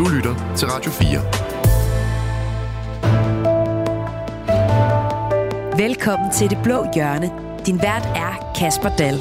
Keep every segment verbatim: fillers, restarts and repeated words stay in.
Du lytter til Radio fire. Velkommen til Det Blå Hjørne. Din vært er Kasper Dahl.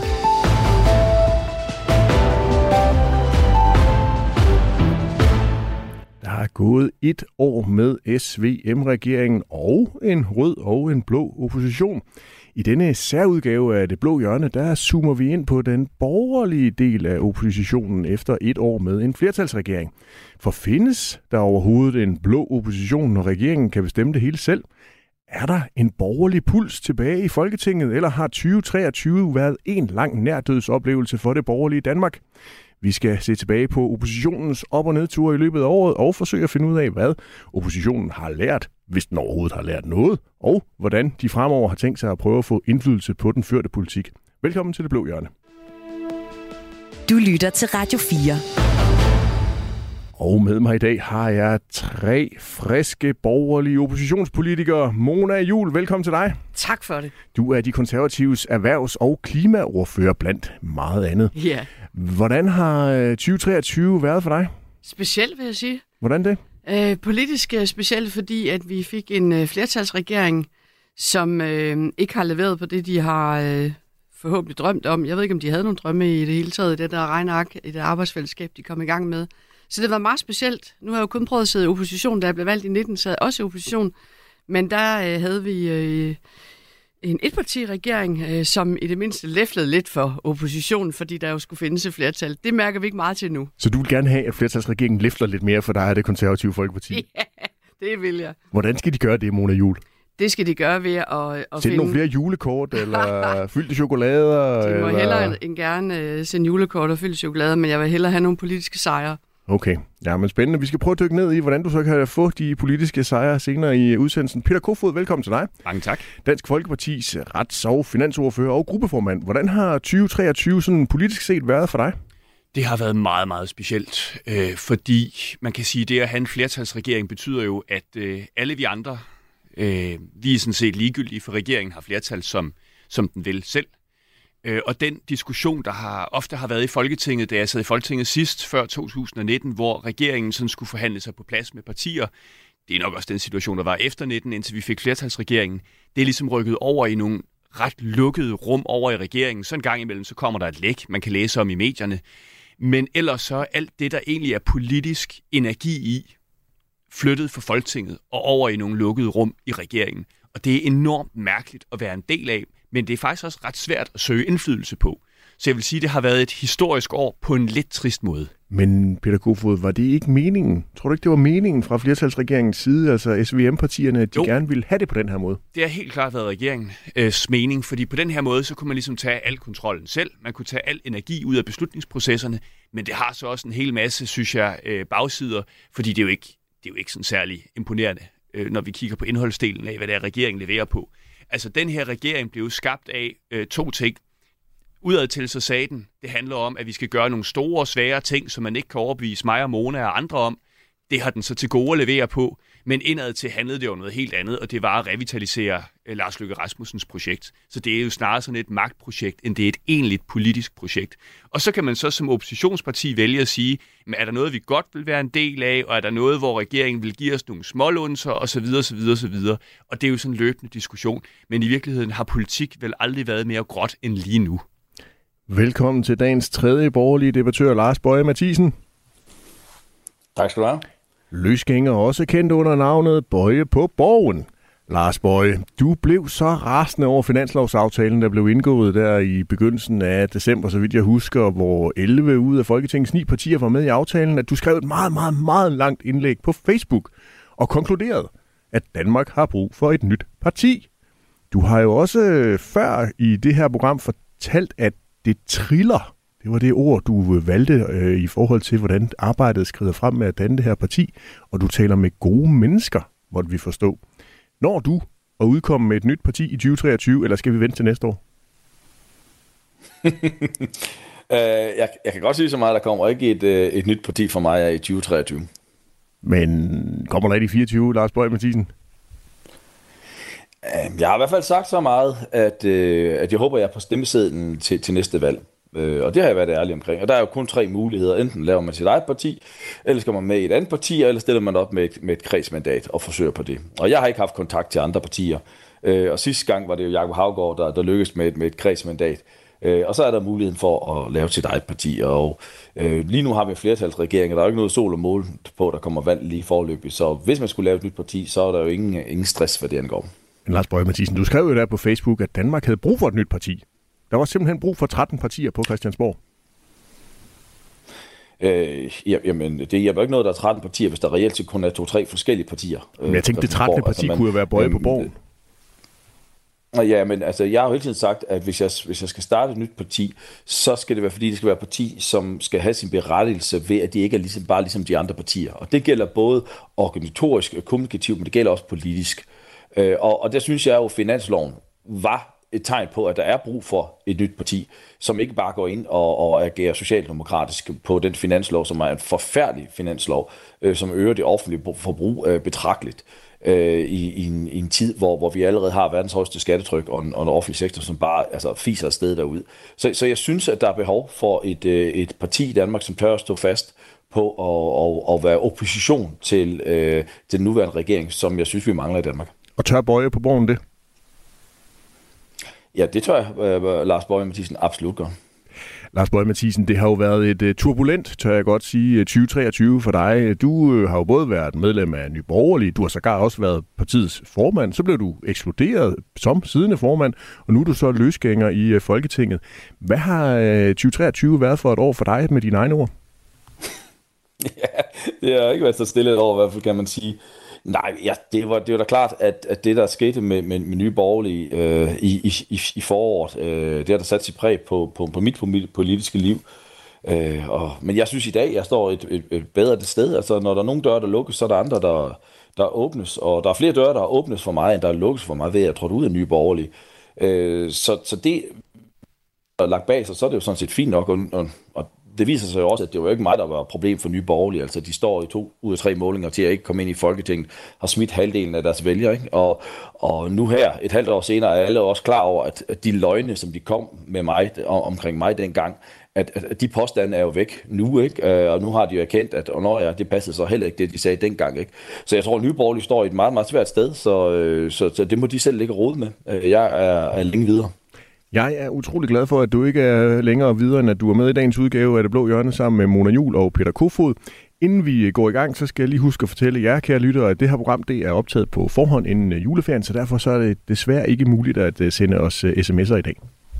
Der er gået et år med S V M-regeringen og en rød og en blå opposition. I denne særudgave af Det Blå Hjørne, der zoomer vi ind på den borgerlige del af oppositionen efter et år med en flertalsregering. For findes der overhovedet en blå opposition, når regeringen kan bestemme det hele selv? Er der en borgerlig puls tilbage i Folketinget, eller har tyve treogtyve været en lang nærdødsoplevelse for det borgerlige Danmark? Vi skal se tilbage på oppositionens op- og nedture i løbet af året og forsøge at finde ud af, hvad oppositionen har lært, hvis den overhovedet har lært noget, og hvordan de fremover har tænkt sig at prøve at få indflydelse på den førte politik. Velkommen til Det Blå Hjørne. Du lytter til Radio fire. Og med mig i dag har jeg tre friske borgerlige oppositionspolitikere. Mona Juul, velkommen til dig. Tak for det. Du er De Konservatives erhvervs- og klimaordfører blandt meget andet. Ja. Hvordan har tyve treogtyve været for dig? Specielt, vil jeg sige. Hvordan det? Øh, politisk specielt, fordi at vi fik en øh, flertalsregering, som øh, ikke har leveret på det, de har øh, forhåbentlig drømt om. Jeg ved ikke, om de havde nogle drømme i det hele taget, det der regneark, i det arbejdsfællesskab, de kom i gang med. Så det var meget specielt. Nu har jeg jo kun prøvet at sidde i opposition, da jeg blev valgt i nitten, sad også i opposition. Men der øh, havde vi øh, en etpartiregering, øh, som i det mindste læflede lidt for oppositionen, fordi der jo skulle findes et flertal. Det mærker vi ikke meget til nu. Så du vil gerne have, at flertalsregeringen læfler lidt mere for dig af Det Konservative Folkeparti? Ja, det vil jeg. Hvordan skal de gøre det, Mona Juul? Det skal de gøre ved at, at Send finde... nogle flere julekort, eller fyldte chokolader? De må eller... hellere end gerne uh, sende julekort og fylde chokolade, men jeg vil hellere have nogle politiske sejre. Okay, ja, men spændende. Vi skal prøve at dykke ned i, hvordan du så kan få de politiske sejre senere i udsendelsen. Peter Kofod, velkommen til dig. Mange tak. Dansk Folkepartis rets- og finansordfører og gruppeformand. Hvordan har tyve treogtyve sådan politisk set været for dig? Det har været meget, meget specielt, øh, fordi man kan sige, at det at have en flertalsregering betyder jo, at øh, alle vi andre, øh, vi er sådan set ligegyldige, for regeringen har flertal, som, som den vil selv. Øh, og den diskussion, der har ofte har været i Folketinget, da jeg sad i Folketinget sidst, før to tusind nitten, hvor regeringen sådan skulle forhandle sig på plads med partier, det er nok også den situation, der var efter nitten, indtil vi fik flertalsregeringen, det er ligesom rykket over i nogle ret lukkede rum over i regeringen. Så en gang imellem, så kommer der et læk, man kan læse om i medierne. Men ellers så er alt det, der egentlig er politisk energi i, flyttet fra Folketinget og over i nogle lukkede rum i regeringen. Og det er enormt mærkeligt at være en del af, men det er faktisk også ret svært at søge indflydelse på. Så jeg vil sige, at det har været et historisk år på en lidt trist måde. Men Peter Kofod, var det ikke meningen? Tror du ikke, det var meningen fra flertalsregeringens side, altså S V M-partierne, at de jo. gerne ville have det på den her måde? Det har helt klart været regeringens mening, fordi på den her måde, så kunne man ligesom tage al kontrollen selv. Man kunne tage al energi ud af beslutningsprocesserne, men det har så også en hel masse, synes jeg, bagsider, fordi det er jo ikke, det er jo ikke sådan særlig imponerende, når vi kigger på indholdsdelen af, hvad det er, regeringen leverer på. Altså, den her regering blev skabt af øh, to ting. Udadtil så sagde den, det handler om, at vi skal gøre nogle store og svære ting, som man ikke kan overbevise mig og Mona og andre om. Det har den så til gode at levere på, men indadtil handlede det jo noget helt andet, og det var at revitalisere øh, Lars Løkke Rasmussens projekt. Så det er jo snarere sådan et magtprojekt, end det er et egentligt politisk projekt. Og så kan man så som oppositionsparti vælge at sige, men er der noget, vi godt vil være en del af, og er der noget, hvor regeringen vil give os nogle smålunser, osv., osv., osv. Og det er jo sådan en løbende diskussion, men i virkeligheden har politik vel aldrig været mere gråt end lige nu. Velkommen til dagens tredje borgerlige debattør, Lars Boje Mathiesen. Tak skal du have. Løsgænger, også kendt under navnet Boje på Borgen. Lars Boje, du blev så rasende over finanslovsaftalen, der blev indgået der i begyndelsen af december, så vidt jeg husker, hvor elleve ud af Folketingets ni partier var med i aftalen, at du skrev et meget, meget, meget langt indlæg på Facebook og konkluderede, at Danmark har brug for et nyt parti. Du har jo også før i det her program fortalt, at det triller. Det var det ord, du valgte øh, i forhold til, hvordan arbejdet skrider frem med at danne det her parti, og du taler med gode mennesker, måtte vi forstå. Når du at udkomme med et nyt parti i tyve treogtyve, eller skal vi vente til næste år? øh, jeg, jeg kan godt sige så meget, der kommer ikke et, øh, et nyt parti for mig i tyve treogtyve. Men kommer der et i fireogtyve, Lars Boje Mathiesen? Jeg har i hvert fald sagt så meget, at, øh, at jeg håber, jeg er på stemmesedlen til, til næste valg. Øh, og det har jeg været ærlig omkring. Og der er jo kun tre muligheder. Enten laver man sit eget parti, eller skal man med i et andet parti, eller stiller man op med et, med et kredsmandat og forsøger på det. Og jeg har ikke haft kontakt til andre partier. Øh, og sidste gang var det jo Jakob Haugaard, der, der lykkedes med et, med et kredsmandat. Øh, og så er der muligheden for at lave sit eget parti. Og øh, lige nu har vi en flertalsregering, og der er jo ikke noget sol og mål på, der kommer vand lige forløbig. Så hvis man skulle lave et nyt parti, så er der jo ingen, ingen stress, hvad det angår. Lars Boje Mathiesen, du skrev jo der på Facebook, at Danmark havde brug for et nyt parti. Der var simpelthen brug for tretten partier på Christiansborg. Øh, jamen, det hjælper ikke noget, der er tretten partier, hvis der reelt set kun er to-tre forskellige partier. Øh, men jeg tænkte, det trettende parti altså, man, kunne jo være Boje øh, på borgen. Ja, men altså, jeg har jo hele tiden sagt, at hvis jeg, hvis jeg skal starte et nyt parti, så skal det være, fordi det skal være et parti, som skal have sin berettigelse ved, at de ikke er ligesom, bare ligesom de andre partier. Og det gælder både organisatorisk og kommunikativt, men det gælder også politisk. Øh, og, og der synes jeg jo, at finansloven var et tegn på, at der er brug for et nyt parti, som ikke bare går ind og, og agerer socialdemokratisk på den finanslov, som er en forfærdelig finanslov, øh, som øger det offentlige forbrug øh, betragteligt øh, i, i, en, i en tid, hvor, hvor vi allerede har verdens højeste skattetryk og en, og en offentlig sektor, som bare altså, fiser afsted derude. Så, så jeg synes, at der er behov for et, øh, et parti i Danmark, som tør at stå fast på at, at, at være opposition til, øh, til den nuværende regering, som jeg synes, vi mangler i Danmark. Og tør Boje på borgen det? Ja, det tør jeg, øh, Lars Boje Mathiesen absolut gør. Lars Boje Mathiesen, det har jo været et uh, turbulent, tør jeg godt sige, tyve treogtyve for dig. Du uh, har jo både været medlem af Nye Borgerlige, du har sågar også været partiets formand, så blev du ekskluderet som siddende formand, og nu er du så løsgænger i uh, Folketinget. Hvad har uh, tyve treogtyve været for et år for dig med dine egne ord? Ja, det har ikke været så stille et år i hvert fald, kan man sige. Nej, ja, det var det var da klart, at, at det, der skete med, med, med Nye Borgerlige øh, i, i, i foråret, øh, det har der sat sit præg på, på, på mit politiske liv. Øh, og, men jeg synes i dag, jeg står et, et, et bedre sted. Altså, når der er nogle døre, der lukkes, så er der andre, der, der åbnes. Og der er flere døre, der åbnes for mig, end der er lukkes for mig ved, at jeg trådte ud af Nye Borgerlige. Øh, så, så det, der er lagt bag sig, så er det jo sådan set fint nok. Og, og, og det viser sig jo også, at det var ikke mig, der var et problem for Nye Borgerlige. Altså, de står i to ud af tre målinger til at ikke komme ind i Folketinget, har smidt halvdelen af deres vælgere, ikke? Og, og nu her, et halvt år senere, er alle også klar over, at, at de løgne, som de kom med mig, omkring mig dengang, at, at de påstande er jo væk nu, ikke? Og nu har de jo erkendt, at og når ja, det passede så heller ikke, det de sagde dengang, ikke? Så jeg tror, at Nye Borgerlige står i et meget, meget svært sted, så, så, så det må de selv ligge og rode med. Jeg er, er længe videre. Jeg er utrolig glad for, at du ikke er længere videre, end at du er med i dagens udgave af Det Blå Hjørne sammen med Mona Juul og Peter Kofod. Inden vi går i gang, så skal jeg lige huske at fortælle jer, kære lyttere, at det her program det er optaget på forhånd inden juleferien, så derfor så er det desværre ikke muligt at sende os sms'er i dag.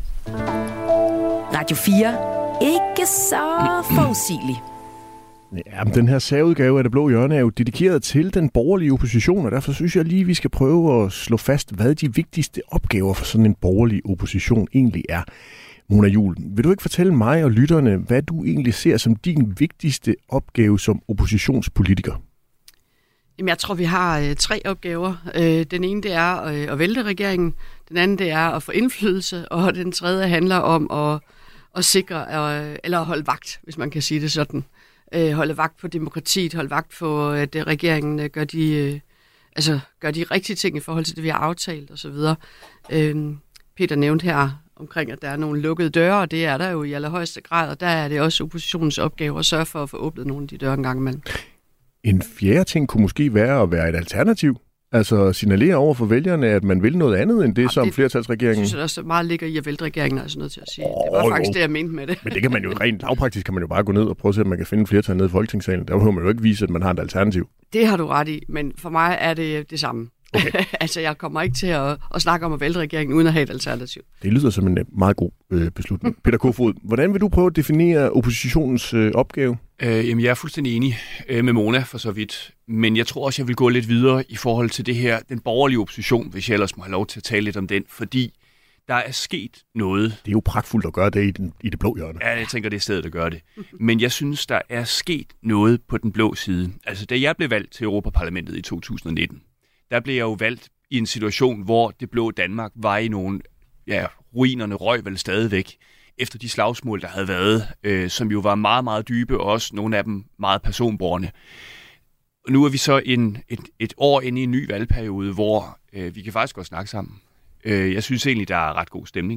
Radio fire. Ikke så forudsigelig. Ja, men den her særudgave af Det Blå Hjørne er jo dedikeret til den borgerlige opposition, og derfor synes jeg lige, vi skal prøve at slå fast, hvad de vigtigste opgaver for sådan en borgerlig opposition egentlig er. Mona Juul, vil du ikke fortælle mig og lytterne, hvad du egentlig ser som din vigtigste opgave som oppositionspolitiker? Jamen, jeg tror, vi har øh, tre opgaver. Øh, den ene, det er øh, at vælte regeringen. Den anden, det er at få indflydelse. Og den tredje handler om at, at sikre, øh, eller at holde vagt, hvis man kan sige det sådan. Øh, holde vagt på demokratiet, holde vagt på, at øh, regeringen øh, gør, de, øh, altså, gør de rigtige ting i forhold til det, vi har aftalt osv. Øh, Peter nævnte her omkring, at der er nogle lukkede døre, og det er der jo i allerhøjeste grad, og der er det også oppositionens opgave at sørge for at få åbnet nogle af de døre en gang imellem. En fjerde ting kunne måske være at være et alternativ. Altså signalere over for vælgerne, at man vil noget andet end det, ja, som det, flertalsregeringen... Jeg synes også, meget ligger i at vælte regeringen, er altså nødt til at sige. Oh, det var faktisk jo. det, jeg mente med det. Men det kan man jo rent lavpraktisk, kan man jo bare gå ned og prøve at se, at man kan finde flertal nede i Folketingssalen. Der behøver man jo ikke vise, at man har et alternativ. Det har du ret i, men for mig er det det samme. Okay. Altså, jeg kommer ikke til at, at snakke om at vælte regeringen, uden at have et alternativ. Det lyder som en meget god øh, beslutning. Peter Kofod, hvordan vil du prøve at definere oppositionens øh, opgave? Øh, jamen, jeg er fuldstændig enig øh, med Mona for så vidt. Men jeg tror også, jeg vil gå lidt videre i forhold til det her, den borgerlige opposition, hvis jeg ellers må have lov til at tale lidt om den. Fordi der er sket noget. Det er jo pragtfuldt at gøre det i, den, i det blå hjørne. Ja, jeg tænker, det er stedet at gøre det. Men jeg synes, der er sket noget på den blå side. Altså, da jeg blev valgt til Europaparlamentet i to tusind nitten, der blev jeg jo valgt i en situation, hvor det blå Danmark var i nogle, ja, ruinerne røg vel stadigvæk, efter de slagsmål, der havde været, øh, som jo var meget, meget dybe, og også nogle af dem meget personborne. Og nu er vi så en, et, et år inde i en ny valgperiode, hvor øh, vi kan faktisk godt snakke sammen. Øh, jeg synes egentlig, der er ret god stemning.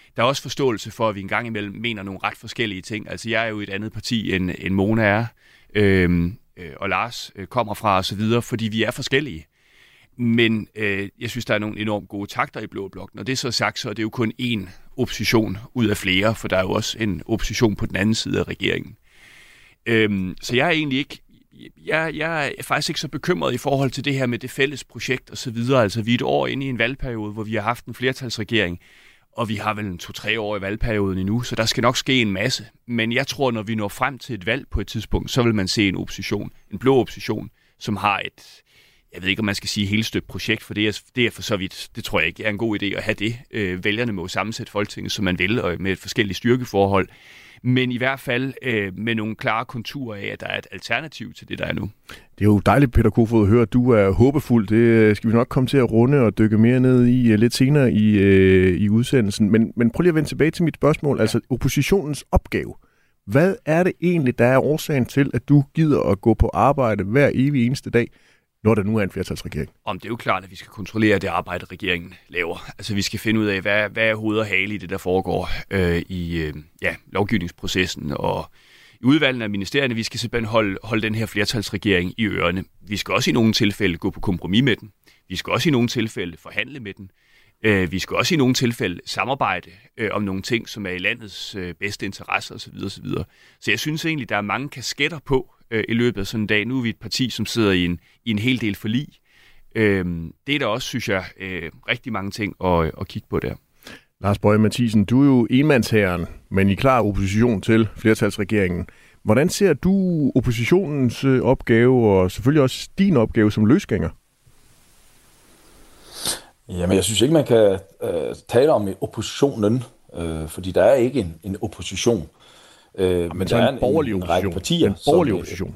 der er også forståelse for, at vi en gang imellem mener nogle ret forskellige ting. Altså, jeg er jo i et andet parti, end, end Mona er, øh, og Lars øh, kommer fra osv., fordi vi er forskellige. Men øh, jeg synes, der er nogle enormt gode takter i Blå Blok. Når det er så sagt, så er det jo kun én opposition ud af flere, for der er jo også en opposition på den anden side af regeringen. Øhm, så jeg er egentlig ikke, jeg, jeg er faktisk ikke så bekymret i forhold til det her med det fælles projekt og så videre. Altså, vi er et år inde i en valgperiode, hvor vi har haft en flertalsregering, og vi har vel en to-tre år i valgperioden endnu, så der skal nok ske en masse. Men jeg tror, når vi når frem til et valg på et tidspunkt, så vil man se en opposition, en blå opposition, som har et, jeg ved ikke, om man skal sige helstøbt projekt, for det er, det er for så vidt, det tror jeg ikke er en god idé at have det. Øh, vælgerne må sammensætte Folketinget, som man vil, og med et forskelligt styrkeforhold. Men i hvert fald øh, med nogle klare konturer af, at der er et alternativ til det, der er nu. Det er jo dejligt, Peter Kofod, at høre, at du er håbefuld. Det skal vi nok komme til at runde og dykke mere ned i lidt senere i, øh, i udsendelsen. Men, men prøv lige at vende tilbage til mit spørgsmål. Ja. Altså oppositionens opgave. Hvad er det egentlig, der er årsagen til, at du gider at gå på arbejde hver evig eneste dag, når der nu er en flertalsregering? Om det er jo klart, at vi skal kontrollere det arbejde, regeringen laver. Altså vi skal finde ud af, hvad, hvad er hoved og hale i det, der foregår øh, i øh, ja, lovgivningsprocessen og i udvalgene af ministerierne. Vi skal simpelthen holde, holde den her flertalsregering i ørerne. Vi skal også i nogle tilfælde gå på kompromis med den. Vi skal også i nogle tilfælde forhandle med den. Øh, vi skal også i nogle tilfælde samarbejde øh, om nogle ting, som er i landets øh, bedste interesser osv. osv. Så jeg synes egentlig, der er mange kasketter på øh, i løbet af sådan en dag. Nu er vi et parti, som sidder i en, i en hel del forlig. Øh, det er der også, synes jeg, øh, rigtig mange ting at, at kigge på der. Lars Boje Mathiesen, du er jo enmandsherren, men i klar opposition til flertalsregeringen. Hvordan ser du oppositionens opgave, og selvfølgelig også din opgave som løsgænger? Jamen, jeg synes ikke, man kan øh, tale om oppositionen, øh, fordi der er ikke en, en opposition. Øh, men, men der er en, en borgerlig en, opposition. En partier, en borgerlig som, opposition.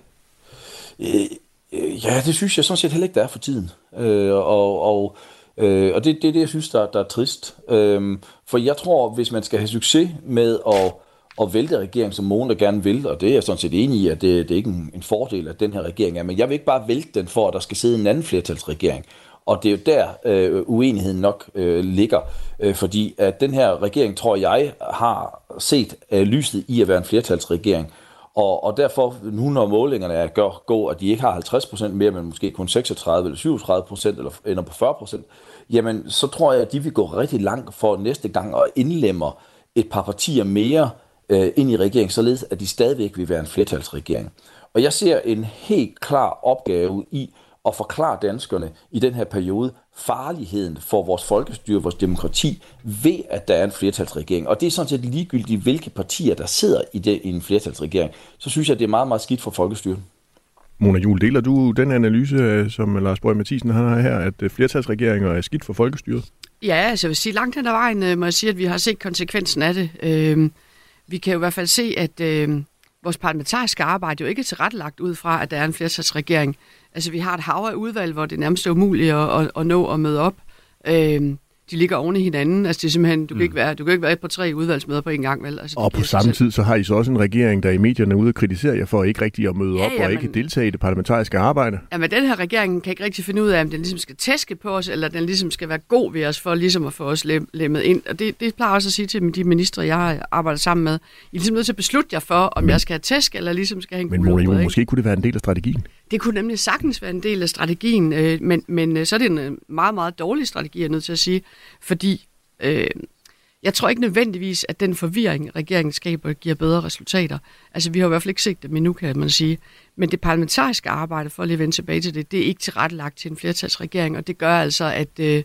Øh, øh, ja, det synes jeg sådan set heller ikke, der er for tiden. Øh, og og, øh, og det er det, det, jeg synes, der, der er trist. Øh, for jeg tror, hvis man skal have succes med at, at vælte regeringen, som Mona gerne vil, og det er jeg sådan set enig i, at det, det er ikke en, en fordel, at den her regering er, men jeg vil ikke bare vælte den for, at der skal sidde en anden flertalsregering. Og det er jo der øh, uenigheden nok øh, ligger, øh, fordi at den her regering, tror jeg, har set øh, lyset i at være en flertalsregering. Og, og derfor, nu når målingerne er gør, gå, at de ikke har halvtreds procent mere, men måske kun seksogtredive eller syvogtredive procent, eller ender på fyrre procent, jamen så tror jeg, at de vil gå rigtig langt for næste gang at indlemme et par partier mere øh, ind i regeringen, således at de stadigvæk vil være en flertalsregering. Og jeg ser en helt klar opgave i at forklare danskerne i den her periode farligheden for vores folkestyre, vores demokrati, ved at der er en flertalsregering. Og det er sådan set ligegyldigt, hvilke partier, der sidder i, det, i en flertalsregering. Så synes jeg, det er meget, meget skidt for folkestyret. Mona Juul, deler du den analyse, som Lars Boje Mathiesen har her, at flertalsregeringer er skidt for folkestyret? Ja, altså jeg vil sige, langt hen ad vejen må jeg sige, at vi har set konsekvensen af det. Øh, vi kan jo i hvert fald se, at øh, vores parlamentariske arbejde jo ikke er tilrettelagt ud fra, at der er en flertalsregering. Altså, vi har et hav af udvalg, hvor det nærmest er umuligt at, at, at nå at møde op. Øhm, de ligger oven i hinanden. Altså, det er simpelthen, du kan ikke være, du kan ikke være et på tre udvalgsmøder på en gang, vel? Altså, og på samme tid, så har I så også en regering, der i medierne er ude og kritisere jer for ikke rigtig at møde ja, op ja, og ikke men, deltage i det parlamentariske arbejde. Ja, men den her regering kan ikke rigtig finde ud af, om den ligesom skal tæske på os, eller den ligesom skal være god ved os, for ligesom at få os lemmet ind. Og det, det plejer også at sige til de ministre, jeg har arbejdet sammen med. I er ligesom nødt til at beslutte jer for, om men, jeg skal have tæsk, eller ligesom skal have en Men Mona Juul, måske kunne det være en del af strategien? Det kunne nemlig sagtens være en del af strategien, øh, men, men så er det en meget, meget dårlig strategi, jeg er nødt til at sige, fordi øh, jeg tror ikke nødvendigvis, at den forvirring, regeringen skaber, giver bedre resultater. Altså, vi har i hvert fald ikke set dem endnu, kan man sige. Men det parlamentariske arbejde, for at lige vende tilbage til det, det er ikke tilrettelagt til en flertalsregering, og det gør altså, at, øh,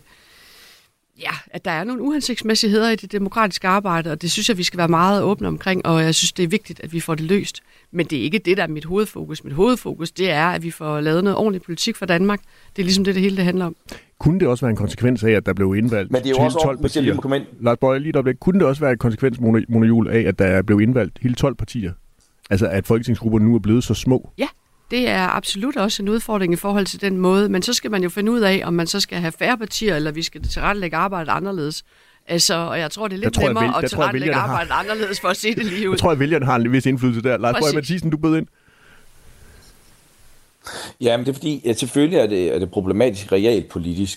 ja, at der er nogle uhensigtsmæssigheder i det demokratiske arbejde, og det synes jeg, vi skal være meget åbne omkring, og jeg synes, det er vigtigt, at vi får det løst. Men det er ikke det, der er mit hovedfokus. Mit hovedfokus, det er, at vi får lavet noget ordentlig politik for Danmark. Det er ligesom det, det hele det handler om. Kunne det også være en konsekvens af, at der blev indvalgt Men det er jo også tolv partier? Lars Boje, lige der kunne det også være en konsekvens, Mona Juul, af, at der blev indvalgt hele tolv partier? Altså, at folketingsgrupperne nu er blevet så små? Ja, det er absolut også en udfordring i forhold til den måde. Men så skal man jo finde ud af, om man så skal have færre partier, eller vi skal tilrettelægge arbejdet anderledes. Altså, og jeg tror, det er lidt jeg tror, nemmere jeg, at tilrettelægge arbejdet har... anderledes, for at se det lige ud. Jeg tror, at vælgerne har en vis indflydelse der. Lars Boje Mathiesen, du bød ind. Ja, men det er fordi, at selvfølgelig er det, er det problematisk realpolitisk.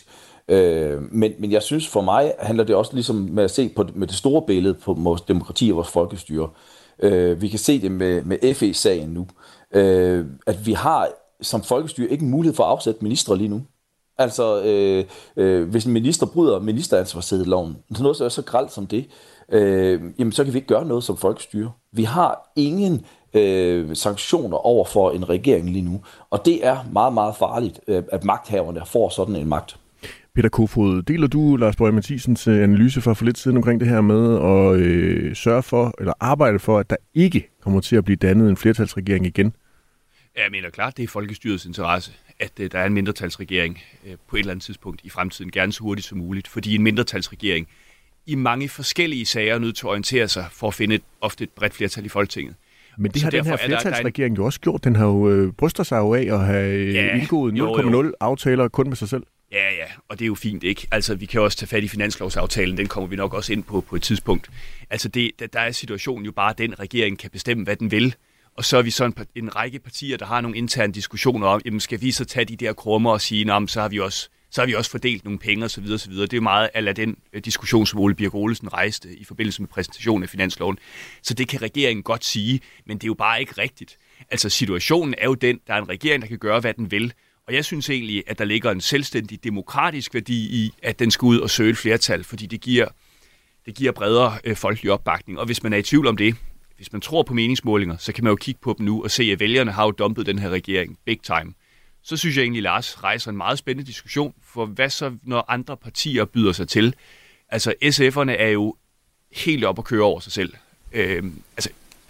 Øh, men, men jeg synes, for mig handler det også ligesom med at se på med det store billede på vores demokrati og vores folkestyre. Øh, vi kan se det med, med F E-sagen nu, øh, at vi har som folkestyre ikke en mulighed for at afsætte ministre lige nu. Altså, øh, øh, hvis en minister bryder ministeransvarsloven, noget så er så grelt som det, øh, jamen så kan vi ikke gøre noget som folkestyre. Vi har ingen øh, sanktioner over for en regering lige nu, og det er meget, meget farligt, øh, at magthaverne får sådan en magt. Peter Kofod, deler du Lars Boje Mathiesens analyse for for lidt siden omkring det her med at øh, sørge for, eller arbejde for, at der ikke kommer til at blive dannet en flertalsregering igen? Ja, jeg mener klart, det er folkestyrets interesse, at uh, der er en mindretalsregering uh, på et eller andet tidspunkt i fremtiden, gerne så hurtigt som muligt, fordi en mindretalsregering i mange forskellige sager er nødt til at orientere sig for at finde et, ofte et bredt flertal i Folketinget. Men det så har den her flertalsregering jo også gjort. Den har jo øh, bryster sig jo af at have ja, indgået nul komma nul aftaler kun med sig selv. Ja, ja, og det er jo fint, ikke? Altså, vi kan også tage fat i finanslovsaftalen, den kommer vi nok også ind på på et tidspunkt. Altså, det, der er situationen jo bare, at den regering kan bestemme, hvad den vil. Og så er vi så en, en række partier, der har nogle interne diskussioner om, jamen skal vi så tage de der krummer og sige, nå, så har vi også, så har vi også fordelt nogle penge osv. osv. Det er jo meget af den diskussion, som Ole Birk Olesen rejste i forbindelse med præsentationen af finansloven. Så det kan regeringen godt sige, men det er jo bare ikke rigtigt. Altså situationen er jo den, der er en regering, der kan gøre, hvad den vil. Og jeg synes egentlig, at der ligger en selvstændig demokratisk værdi i, at den skal ud og søge et flertal, fordi det giver, det giver bredere øh, folkelig opbakning. Og hvis man er i tvivl om det, hvis man tror på meningsmålinger, så kan man jo kigge på dem nu og se, at vælgerne har jo dumpet den her regering big time. Så synes jeg egentlig, Lars rejser en meget spændende diskussion, for hvad så, når andre partier byder sig til? Altså, S F'erne er jo helt op at køre over sig selv. Øhm, altså,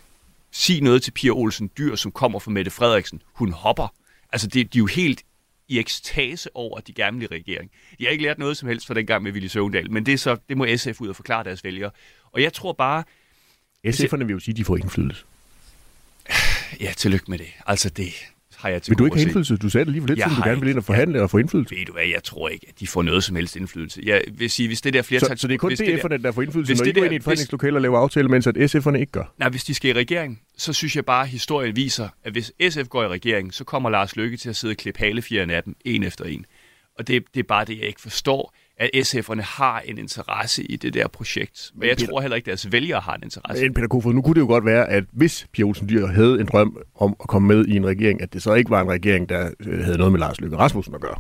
sig noget til Pia Olsen Dyhr, som kommer fra Mette Frederiksen. Hun hopper. Altså, de, de er jo helt i ekstase over, at de gerne vil i regering. De har ikke lært noget som helst fra dengang med Villy Søvndal, men det, er så, det må S F ud og forklare deres vælgere. Og jeg tror bare... S F'erne vil jo sige, at de får indflydelse. Ja, tillykke med det. Altså, det har jeg til vil du ikke have indflydelse? Du sagde det lige for lidt siden, du gerne vil ind og forhandle ja, og få indflydelse. Ved du hvad, jeg tror ikke, at de får noget som helst indflydelse. Jeg vil sige, hvis det der flertal... Så, så det er kun D F'erne, der får indflydelse, når de går ind i et forhandlingslokale og laver aftale, mens at S F'erne ikke gør? Nej, hvis de skal i regering, så synes jeg bare, at historien viser, at hvis S F går i regering, så kommer Lars Løkke til at sidde og klippe halefjerene af dem, en efter en. Og det, det er bare det, jeg ikke forstår, at S F'erne har en interesse i det der projekt. Men jeg Peter, tror heller ikke, at deres vælgere har en interesse. Men Peter Kofod, nu kunne det jo godt være, at hvis Pia Olsen Dyhr havde en drøm om at komme med i en regering, at det så ikke var en regering, der havde noget med Lars Løkke Rasmussen at gøre.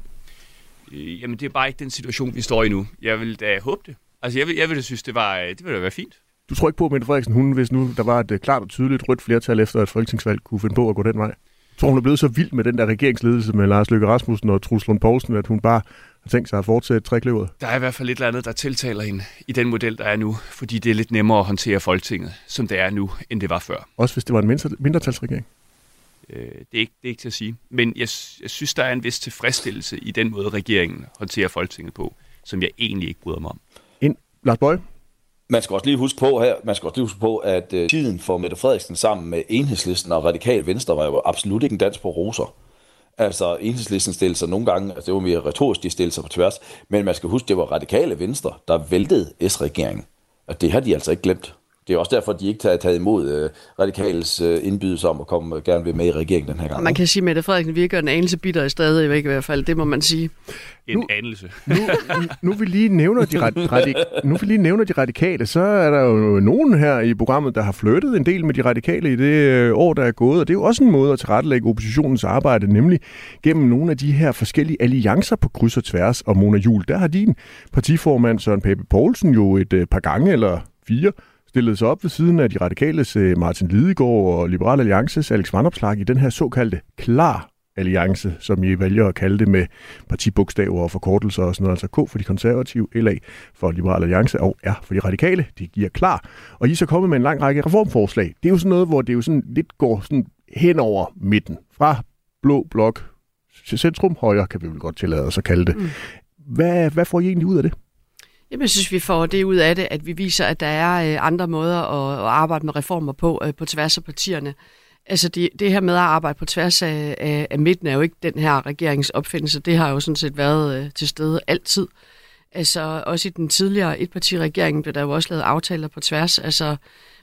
Jamen, det er bare ikke den situation, vi står i nu. Jeg vil da håbe det. Altså, jeg vil, jeg vil synes, det, var, det ville da være fint. Du tror ikke på, at Mette Frederiksen, hun, hvis nu der var et klart og tydeligt rødt flertal efter et folketingsvalg, kunne finde på at gå den vej? Jeg tror, hun er blevet så vild med den der regeringsledelse med Lars Løkke Rasmussen og Truls Lund Poulsen, at hun bare har tænkt sig at fortsætte trækløveret. Der er i hvert fald et eller andet, der tiltaler hende i den model, der er nu, fordi det er lidt nemmere at håndtere Folketinget, som det er nu, end det var før. Også hvis det var en mindretalsregering? Øh, det, er ikke, det er ikke til at sige. Men jeg, jeg synes, der er en vis tilfredsstillelse i den måde, regeringen håndterer Folketinget på, som jeg egentlig ikke bryder mig om. Ind. Lars Boje? Man skal også lige huske på her, man skal også lige huske på, at uh, tiden for Mette Frederiksen sammen med Enhedslisten og Radikal Venstre var jo absolut ikke en dans på roser. Altså, Enhedslisten stillede sig nogle gange, altså det var mere retorisk, de stillede sig på tværs, men man skal huske, det var Radikale Venstre, der væltede S-regeringen. Og det har de altså ikke glemt. Det er også derfor, de ikke har taget imod uh, Radikales uh, indbydelse om at komme uh, gerne vil med i regeringen den her gang. Og man kan sige, at Mette Frederiksen virker en anelse bitter i stadig, ikke i hvert fald. Det må man sige. En nu, anelse. nu, nu, vi lige nævner de radik- nu vi lige nævner de radikale, så er der jo nogen her i programmet, der har flyttet en del med de radikale i det år, der er gået. Og det er jo også en måde at tilrettelægge oppositionens arbejde, nemlig gennem nogle af de her forskellige alliancer på kryds og tværs. Og Mona Juul, der har din partiformand Søren Pape Poulsen jo et øh, par gange eller fire stillede sig op ved siden af de radikales Martin Lidegaard og Liberal Alliances Alex Vanopslagh i den her såkaldte klar alliance, som I vælger at kalde det med partibogstaver og forkortelser og sådan noget, altså K for de konservative, L A for Liberal Alliance og R for de radikale. Det giver klar. Og I er så kommet med en lang række reformforslag. Det er jo sådan noget, hvor det jo sådan lidt går sådan hen over midten. Fra blå blok til centrum højre, kan vi vel godt tillade os at kalde det. Mm. Hvad, hvad får I egentlig ud af det? Jamen, jeg synes, vi får det ud af det, at vi viser, at der er andre måder at, at arbejde med reformer på, på tværs af partierne. Altså det, det her med at arbejde på tværs af, af, af midten er jo ikke den her regeringsopfindelse. Det har jo sådan set været øh, til stede altid. Altså også i den tidligere etpartiregering blev der jo også lavet aftaler på tværs. Altså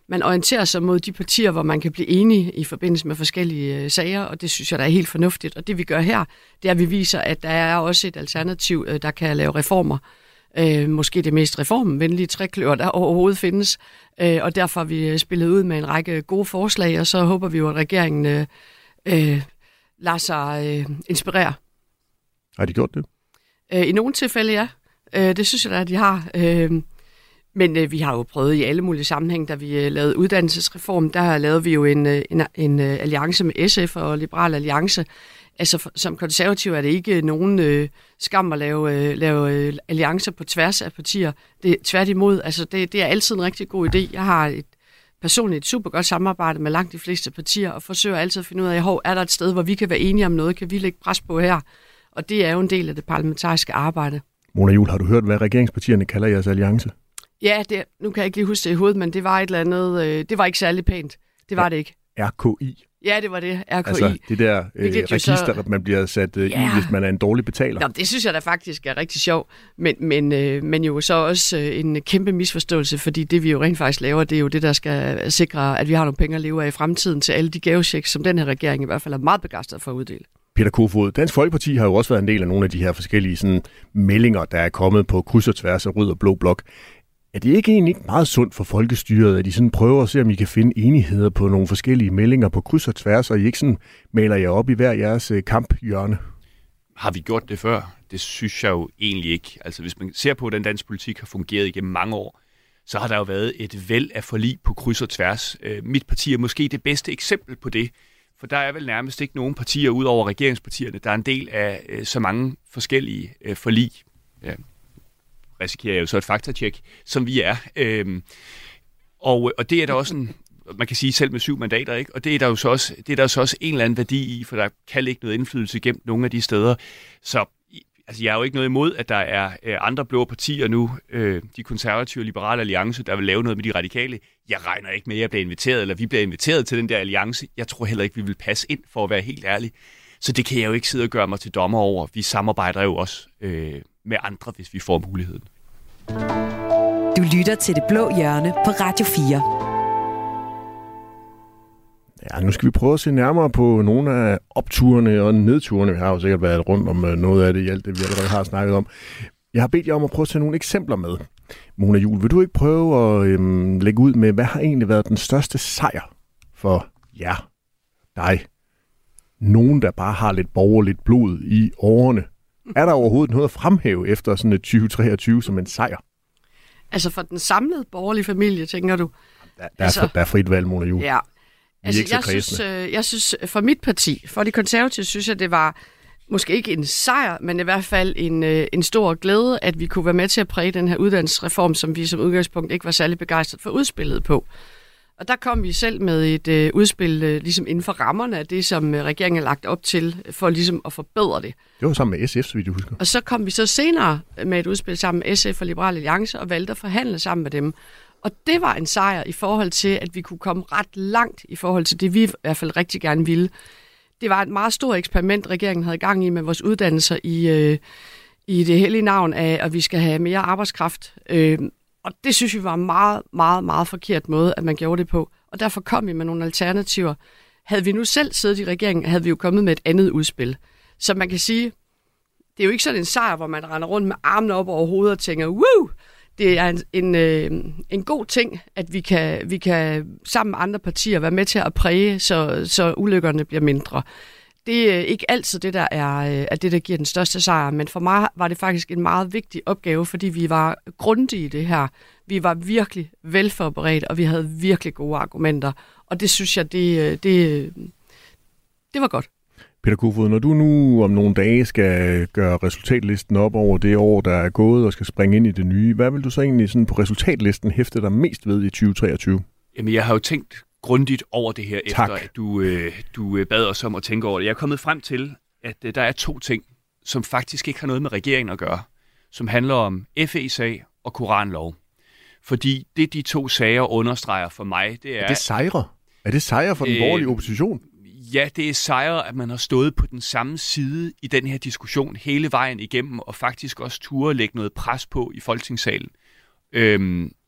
man orienterer sig mod de partier, hvor man kan blive enige i forbindelse med forskellige øh, sager, og det synes jeg, der er helt fornuftigt. Og det vi gør her, det er, at vi viser, at der er også et alternativ, øh, der kan lave reformer. Øh, måske det mest reformvenlige trekløver, der overhovedet findes. Øh, og derfor har vi spillet ud med en række gode forslag, og så håber vi jo, at regeringen øh, øh, lader sig øh, inspirere. Har de gjort det? Øh, I nogle tilfælde, ja. Øh, det synes jeg da, at de har. Øh, men øh, vi har jo prøvet i alle mulige sammenhæng, da vi øh, lavede uddannelsesreform, der lavede vi jo en, en, en, en alliance med S F og Liberal Alliance. Altså for, som konservativ er det ikke nogen øh, skam at lave, øh, lave øh, alliancer på tværs af partier. Det er tværtimod. Altså det, det er altid en rigtig god idé. Jeg har et personligt et super godt samarbejde med langt de fleste partier, og forsøger altid at finde ud af, hvor er der et sted, hvor vi kan være enige om noget, kan vi lægge pres på her? Og det er jo en del af det parlamentariske arbejde. Mona Juul, har du hørt, hvad regeringspartierne kalder jeres alliance? Ja, det, nu kan jeg ikke lige huske det i hovedet, men det var et eller andet, øh, det var ikke særlig pænt. Det var ja. det ikke. R K I. Ja, det var det. R K I. Altså det der øh, register, så... man bliver sat øh, ja. i, hvis man er en dårlig betaler. Nå, det synes jeg da faktisk er rigtig sjovt. Men, men, øh, men jo så også øh, en kæmpe misforståelse, fordi det vi jo rent faktisk laver, det er jo det, der skal sikre, at vi har nogle penge at leve af i fremtiden til alle de gavechecks, som den her regering i hvert fald er meget begejstret for at uddele. Peter Kofod, Dansk Folkeparti har jo også været en del af nogle af de her forskellige sådan, meldinger, der er kommet på kryds og tværs af rød og blå blok. Er det ikke egentlig ikke meget sundt for folkestyret, at I sådan prøver at se, om I kan finde enigheder på nogle forskellige meldinger på kryds og tværs, og I ikke sådan maler jer op i hver jeres kamphjørne? Har vi gjort det før? Det synes jeg jo egentlig ikke. Altså hvis man ser på, hvordan dansk politik har fungeret igennem mange år, så har der jo været et væld af forlig på kryds og tværs. Mit parti er måske det bedste eksempel på det, for der er vel nærmest ikke nogen partier ud over regeringspartierne, der er en del af så mange forskellige forlig. Ja. Risikerer jeg jo så et faktatjek, som vi er. Øhm, og, og det er der også en, man kan sige selv med syv mandater, ikke? Og det er der jo så også, det er der så også en eller anden værdi i, for der kan ikke noget indflydelse gennem nogle af de steder. Så altså, jeg er jo ikke noget imod, at der er øh, andre blå partier nu, øh, de konservative og liberale alliance, der vil lave noget med de radikale. Jeg regner ikke med, at jeg bliver inviteret, eller vi bliver inviteret til den der alliance. Jeg tror heller ikke, vi vil passe ind, for at være helt ærlig. Så det kan jeg jo ikke sidde og gøre mig til dommer over. Vi samarbejder jo også øh, med andre, hvis vi får muligheden. Du lytter til Det Blå Hjørne på Radio fire. Ja, nu skal vi prøve at se nærmere på nogle af opturene og nedturene. Vi har jo sikkert været rundt om noget af det i alt det, vi allerede har snakket om. Jeg har bedt jer om at prøve at tage nogle eksempler med. Mona Juul, vil du ikke prøve at øhm, lægge ud med, hvad har egentlig været den største sejr for jer, dig? Nogen, der bare har lidt borgerligt blod i årene. Er der overhovedet noget at fremhæve efter sådan et tyve treogtyve som en sejr? Altså for den samlede borgerlige familie, tænker du? Der, der, altså, er, der er frit valg, Mona Juul. Ja. Altså, jeg, synes, øh, jeg synes, for mit parti, for de konservative, synes jeg, det var måske ikke en sejr, men i hvert fald en, øh, en stor glæde, at vi kunne være med til at præge den her uddannelsesreform, som vi som udgangspunkt ikke var særlig begejstret for udspillet på. Og der kom vi selv med et øh, udspil øh, ligesom inden for rammerne af det, som øh, regeringen har lagt op til, for ligesom at forbedre det. Det var sammen med S F, så vidt jeg husker. Og så kom vi så senere med et udspil sammen med S F og Liberal Alliance og valgte at forhandle sammen med dem. Og det var en sejr i forhold til, at vi kunne komme ret langt i forhold til det, vi i hvert fald rigtig gerne ville. Det var et meget stort eksperiment, regeringen havde gang i med vores uddannelser i, øh, i det hellige navn af, at vi skal have mere arbejdskraft. Øh, og det synes vi var en meget, meget, meget forkert måde, at man gjorde det på. Og derfor kom vi med nogle alternativer. Havde vi nu selv siddet i regeringen, havde vi jo kommet med et andet udspil. Så man kan sige, det er jo ikke sådan en sejr, hvor man render rundt med armene op over hovedet og tænker, woo! Det er en, en, øh, en god ting, at vi kan, vi kan sammen med andre partier være med til at præge, så, så ulykkerne bliver mindre. Det er ikke altid det, der er, er det, der giver den største sejr, men for mig var det faktisk en meget vigtig opgave, fordi vi var grundige i det her. Vi var virkelig velforberedt, og vi havde virkelig gode argumenter, og det synes jeg, det, det, det var godt. Peter Kofod, når du nu om nogle dage skal gøre resultatlisten op over det år, der er gået og skal springe ind i det nye, hvad vil du så egentlig sådan på resultatlisten hæfte dig mest ved i tyve treogtyve? Jamen, jeg har jo tænkt grundigt over det her, tak. efter at du, øh, du bad os om at tænke over det. Jeg er kommet frem til, at øh, der er to ting, som faktisk ikke har noget med regeringen at gøre, som handler om F E-sag og koranlov. Fordi det, de to sager understreger for mig, det er... Er det sejre? Er det sejre for den øh, borgerlige opposition? Ja, det er sejre, at man har stået på den samme side i den her diskussion hele vejen igennem, og faktisk også turde lægge noget pres på i Folketingssalen. Øhm,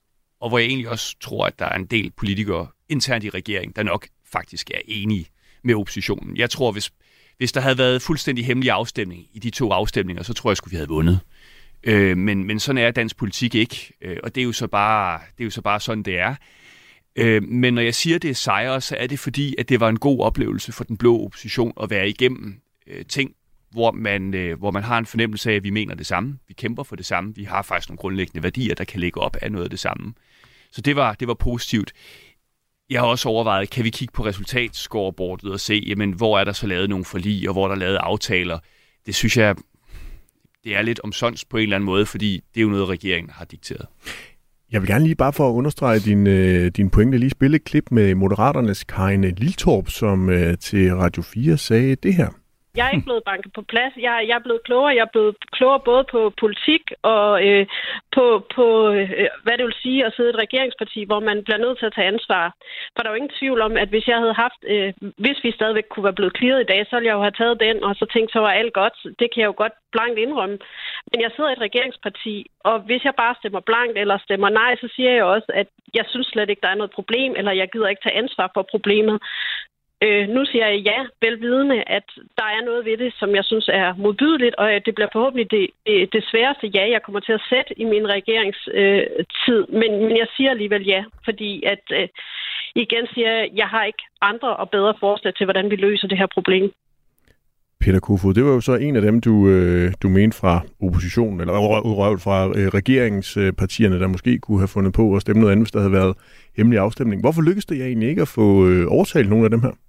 og hvor jeg egentlig også tror, at der er en del politikere internt i regeringen, der nok faktisk er enige med oppositionen. Jeg tror, hvis, hvis der havde været fuldstændig hemmelig afstemning i de to afstemninger, så tror jeg, at vi havde vundet. Øh, men, men sådan er dansk politik ikke, øh, og det er jo så bare, det er jo så bare sådan, det er. Øh, men når jeg siger, at det er sejre, så er det fordi, at det var en god oplevelse for den blå opposition at være igennem øh, ting, hvor man, øh, hvor man har en fornemmelse af, at vi mener det samme. Vi kæmper for det samme. Vi har faktisk nogle grundlæggende værdier, der kan lægge op af noget af det samme. Så det var, det var positivt. Jeg har også overvejet, kan vi kigge på resultatscoreboardet og se, jamen, hvor er der så lavet nogle forlig, og hvor der er lavet aftaler. Det synes jeg, det er lidt omsonst på en eller anden måde, fordi det er jo noget, regeringen har dikteret. Jeg vil gerne lige bare for at understrege din, øh, din pointe, lige spille et klip med Moderaternes Karin Liltorp, som øh, til Radio fire sagde det her. Jeg er ikke blevet banket på plads. Jeg, jeg er blevet klogere. Jeg er blevet klogere både på politik og øh, på, på øh, hvad det vil sige at sidde i et regeringsparti, hvor man bliver nødt til at tage ansvar. For der er jo ingen tvivl om, at hvis jeg havde haft, øh, hvis vi stadigvæk kunne være blevet clearet i dag, så ville jeg jo have taget den, og så tænkt, så var alt godt. Det kan jeg jo godt blankt indrømme. Men jeg sidder i et regeringsparti, og hvis jeg bare stemmer blankt eller stemmer nej, så siger jeg også, at jeg synes slet ikke, der er noget problem, eller jeg gider ikke tage ansvar for problemet. Øh, nu siger jeg ja, velvidende, at der er noget ved det, som jeg synes er modbydeligt, og det bliver forhåbentlig det, det, det sværeste ja, jeg kommer til at sætte i min regeringstid. Øh, men, men jeg siger alligevel ja, fordi at øh, igen siger jeg, jeg har ikke andre og bedre forslag til, hvordan vi løser det her problem. Peter Kofod, det var jo så en af dem, du, øh, du mente fra oppositionen, eller røvet fra øh, regeringspartierne, der måske kunne have fundet på at stemme noget andet, hvis der havde været hemmelig afstemning. Hvorfor lykkedes det egentlig ikke at få øh, overtalt nogle af dem her?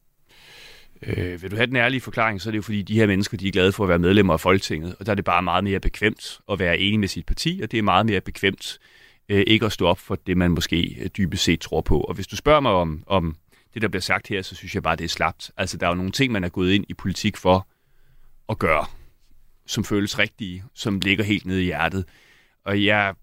Øh, vil du have den ærlige forklaring, så er det jo fordi, de her mennesker, de er glade for at være medlemmer af Folketinget, og der er det bare meget mere bekvemt at være enig med sit parti, og det er meget mere bekvemt øh, ikke at stå op for det, man måske dybest set tror på. Og hvis du spørger mig om, om det, der bliver sagt her, så synes jeg bare, det er slapt. Altså, der er jo nogle ting, man er gået ind i politik for at gøre, som føles rigtige, som ligger helt nede i hjertet. Og jeg,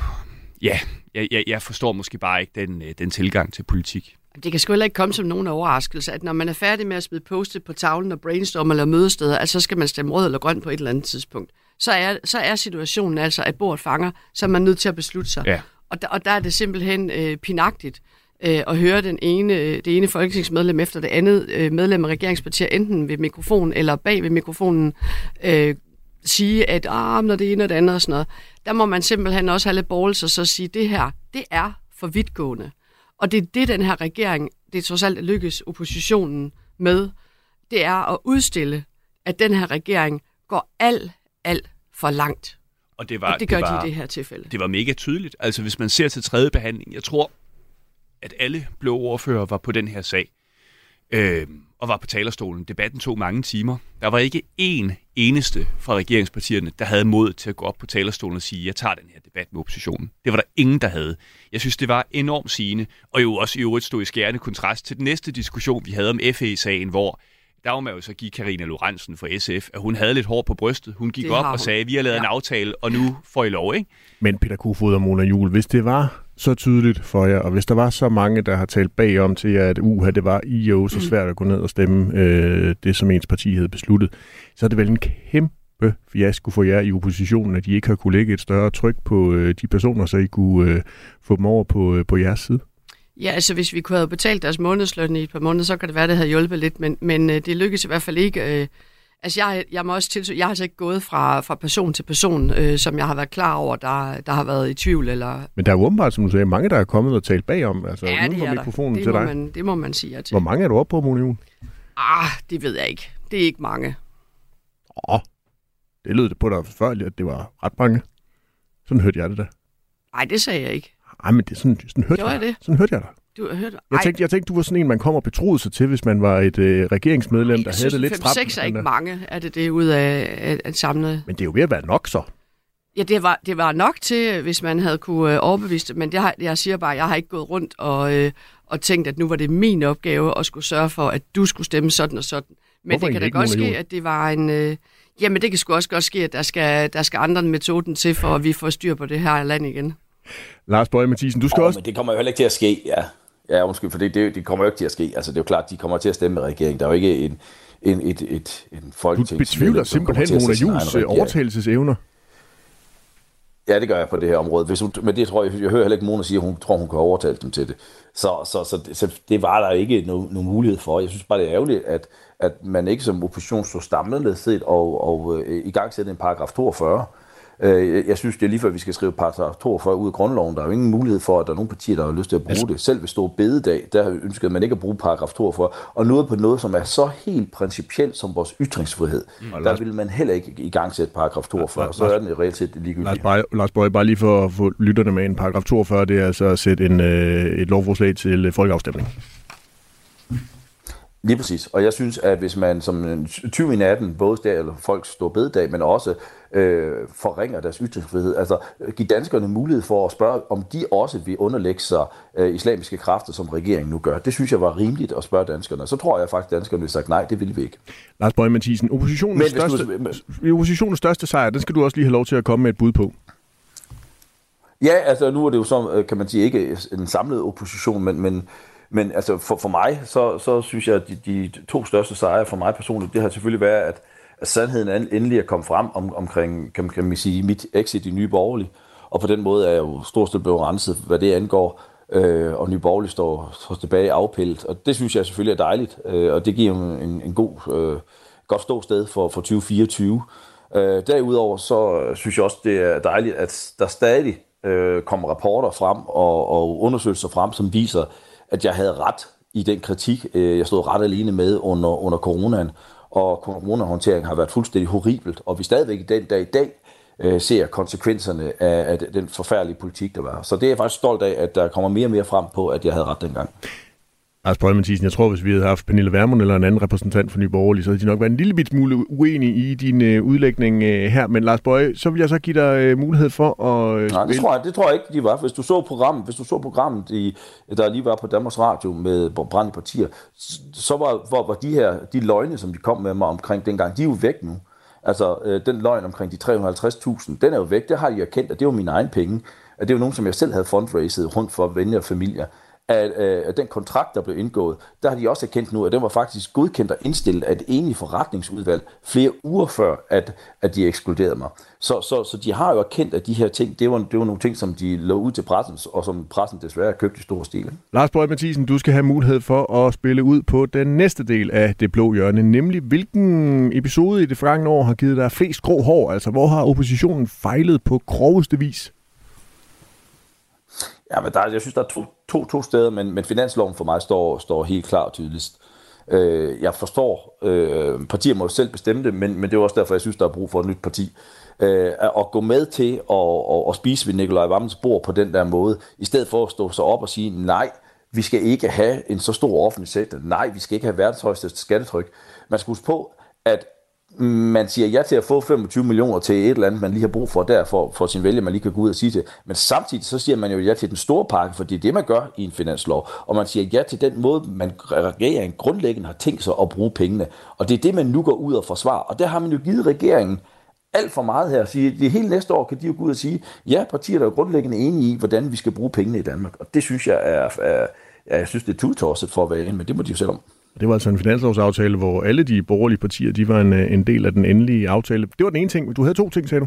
ja, jeg, jeg forstår måske bare ikke den, den tilgang til politik. Det kan sgu heller ikke komme som nogen overraskelse, at når man er færdig med at smide post-it på tavlen og brainstorm eller mødesteder, at så skal man stemme rød eller grøn på et eller andet tidspunkt. Så er, så er situationen altså, at bordet fanger, så er man nødt til at beslutte sig. Ja. Og, der, og der er det simpelthen øh, pinagtigt øh, at høre den ene, det ene folketingsmedlem efter det andet øh, medlem af regeringspartier, enten ved mikrofonen eller bag ved mikrofonen, øh, sige, at ah, når det ene og det andet og sådan noget. Der må man simpelthen også have lidt balls og så sige, det her, det er for vidtgående. Og det er det, den her regering, det er trods alt lykkes oppositionen med, det er at udstille, at den her regering går alt, alt for langt. Og det, var, og det gør det var, de i det her tilfælde. Det var mega tydeligt. Altså hvis man ser til tredje behandling, jeg tror, at alle blå ordfører var på den her sag, øh, og var på talerstolen. Debatten tog mange timer. Der var ikke én eneste fra regeringspartierne, der havde mod til at gå op på talerstolen og sige, jeg tager den her debat med oppositionen. Det var der ingen, der havde. Jeg synes, det var enormt sigende, og jo også i øvrigt stod i skærende kontrast til den næste diskussion, vi havde om F E-sagen, hvor der var man jo så give Karina Lorentzen fra S F, at hun havde lidt hår på brystet. Hun gik det op og sagde, vi har lavet ja. en aftale, og nu får I lov, ikke? Men Peter Kofod og Mona Juul, hvis det var så tydeligt for jer, og hvis der var så mange, der har talt bagom til jer, at uha, det var I jo så svært at gå ned og stemme øh, det, som ens parti havde besluttet, så er det vel en kæmpe fiasko for jer i oppositionen, at I ikke har kunne lægge et større tryk på øh, de personer, så I kunne øh, få dem over på, øh, på jeres side? Ja, altså hvis vi kunne have betalt deres månedsløn i et par måneder, så kan det være, det havde hjulpet lidt, men, men øh, det lykkedes i hvert fald ikke. Øh, altså jeg, jeg må også tilsøge, jeg har altså ikke gået fra, fra person til person, øh, som jeg har været klar over, der, der har været i tvivl. Eller... Men der er jo åbenbart, som du sagde, mange, der er kommet og talt bagom, altså ja, uden for mikrofonen det til dig. Man, det må man sige ja til. Hvor mange er du oppe på, Mona Juul? Ah, det ved jeg ikke. Det er ikke mange. Åh, det lød det på dig før, at det var ret mange. Sådan hørte jeg det da. Nej, det sagde jeg ikke. Nej, men det, sådan, sådan hørte Gjorde jeg, jeg det? Sådan hørte jeg dig. Du har hørt... Jeg tænkte, jeg tænkte, du var sådan en, man kommer og betroede sig til, hvis man var et øh, regeringsmedlem, Ej, der havde det lidt stramt. fem seks er ikke mange, er det det ud af, af, af samlet. Men det er jo ved at være nok så. Ja, det var, det var nok til, hvis man havde kunne øh, overbevise det, men det har, jeg siger bare, jeg har ikke gået rundt og, øh, og tænkt, at nu var det min opgave at skulle sørge for, at du skulle stemme sådan og sådan. Men Hvorfor det kan da godt ske, at det var en... Øh, jamen, det kan sgu også godt ske, at der skal, der skal andre metoden til, for at vi får styr på det her land igen. Lars Boje Mathiesen, du skal oh, også... Men det kommer jo heller ikke til at ske, ja. Ja, undskyld, for det, det, det kommer jo ikke til at ske. Altså, det er jo klart, de kommer til at stemme med regeringen. Der er jo ikke en, en, et, et, en folketingsmedlem, du betvivler simpelthen Mona Juuls overtagelsesevner. Ja, det gør jeg på det her område. Hvis hun, men det tror jeg, jeg hører heller ikke Mona sige, at hun tror, hun kan overtale dem til det. Så, så, så, så det var der ikke nogen, nogen mulighed for. Jeg synes bare, det er ærgerligt, at, at man ikke som opposition stod stamlet set og, og øh, i gang sætte en paragraf toogfyrre. Øh, jeg synes, det er lige før, vi skal skrive paragraf toogfyrre ud af grundloven. Der er jo ingen mulighed for, at der er nogle partier, der har lyst til at bruge altså, det. Selv ved store bededag, der ønskede man ikke at bruge paragraf toogfyrre. Og noget på noget, som er så helt principielt som vores ytringsfrihed, mm. der vil man heller ikke i gang sætte paragraf toogfyrre. Lars, så er den i reelt set ligegyldigt. Lars, Lars Boje, bare lige for at få lytterne med en paragraf toogfyrre, det er altså at sætte en, øh, et lovforslag til folkeafstemning. Lige præcis. Og jeg synes, at hvis man som tyve atten, både der eller folks store bededag, men også øh, forringer deres ytringsfrihed, altså give danskerne mulighed for at spørge, om de også vil underlægge sig øh, islamiske kræfter, som regeringen nu gør. Det synes jeg var rimeligt at spørge danskerne. Så tror jeg faktisk, at danskerne vil sagt nej, det vil vi ikke. Lars Boje Mathiesen, oppositionens, største, du... oppositionens største sejr, den skal du også lige have lov til at komme med et bud på. Ja, altså nu er det jo så, kan man sige, ikke en samlet opposition, men, men Men altså for, for mig, så, så synes jeg, at de, de to største sejre for mig personligt, det har selvfølgelig været, at, at sandheden endelig er kommet frem om, omkring, kan man, kan man sige, mit exit i Nye Borgerlige. Og på den måde er jeg jo stort set blevet renset, hvad det angår, øh, og Nye Borgerlige står, står tilbage afpillet. Og det synes jeg selvfølgelig er dejligt, øh, og det giver en, en god, øh, godt ståsted for, for tyve fireogtyve. Øh, derudover så synes jeg også, det er dejligt, at der stadig øh, kommer rapporter frem og, og undersøgelser frem, som viser, at jeg havde ret i den kritik, jeg stod ret alene med under, under coronaen, og coronahåndteringen har været fuldstændig horribelt, og vi stadigvæk i den dag i dag øh, ser konsekvenserne af, af den forfærdelige politik, der var. Så det er jeg faktisk stolt af, at der kommer mere og mere frem på, at jeg havde ret dengang. Lars Boje Mathiesen, jeg tror, hvis vi havde haft Pernille Vermund eller en anden repræsentant for Nye Borgerlige, så havde de nok været en lille bit smule uenige i din øh, udlægning øh, her. Men Lars Boje, så vil jeg så give dig øh, mulighed for at øh, Nej, det tror, jeg, det tror jeg ikke, de var. Hvis du så programmet, hvis du så programmet i, der lige var på Danmarks Radio med brændende partier, så var, var, var de her de løgne, som de kom med mig omkring dengang, de er jo væk nu. Altså, øh, den løgn omkring de tre hundrede og halvtreds tusind, den er jo væk. Det har de erkendt, at det var mine egne penge. At det var nogen, som jeg selv havde fundraiset rundt for venner og familier. At, at den kontrakt, der blev indgået, der har de også erkendt nu, at den var faktisk godkendt og indstillet af et enigt forretningsudvalg flere uger før, at, at de ekskluderede mig. Så, så, så de har jo erkendt, at de her ting, det var, det var nogle ting, som de lå ud til pressen, og som pressen desværre købte i stor stil. Lars Boje Mathiesen, du skal have mulighed for at spille ud på den næste del af Det Blå Hjørne, nemlig hvilken episode i det forgangne år har givet dig flest grå hår? Altså, hvor har oppositionen fejlet på groveste vis? Ja, men der, jeg synes, der er to, to, to steder, men, men finansloven for mig står, står helt klart tydeligst. Øh, jeg forstår, øh, partier må selv bestemme det, men, men det er også derfor, jeg synes, der er brug for et nyt parti. Øh, at gå med til at, at, at spise ved Nikolaj Wammens bord på den der måde, i stedet for at stå sig op og sige, nej, vi skal ikke have en så stor offentlig sektor. Nej, vi skal ikke have verdens højeste skattetryk. Man skal huske på, at man siger ja til at få femogtyve millioner til et eller andet, man lige har brug for der for, for sin vælger, man lige kan gå ud og sige det. Men samtidig så siger man jo ja til den store pakke, for det er det, man gør i en finanslov. Og man siger ja til den måde, man regeringen grundlæggende har tænkt sig at bruge pengene. Og det er det, man nu går ud og forsvarer. Og der har man jo givet regeringen alt for meget her. Sige, det hele næste år kan de jo gå ud og sige, ja, partier er jo grundlæggende enige i, hvordan vi skal bruge pengene i Danmark. Og det synes jeg er, er jeg synes, det er tudtosset for at være inde, men det må de jo selv om. Det var altså en finanslovsaftale, hvor alle de borgerlige partier, de var en, en del af den endelige aftale. Det var den ene ting. Du havde to ting, sagde du?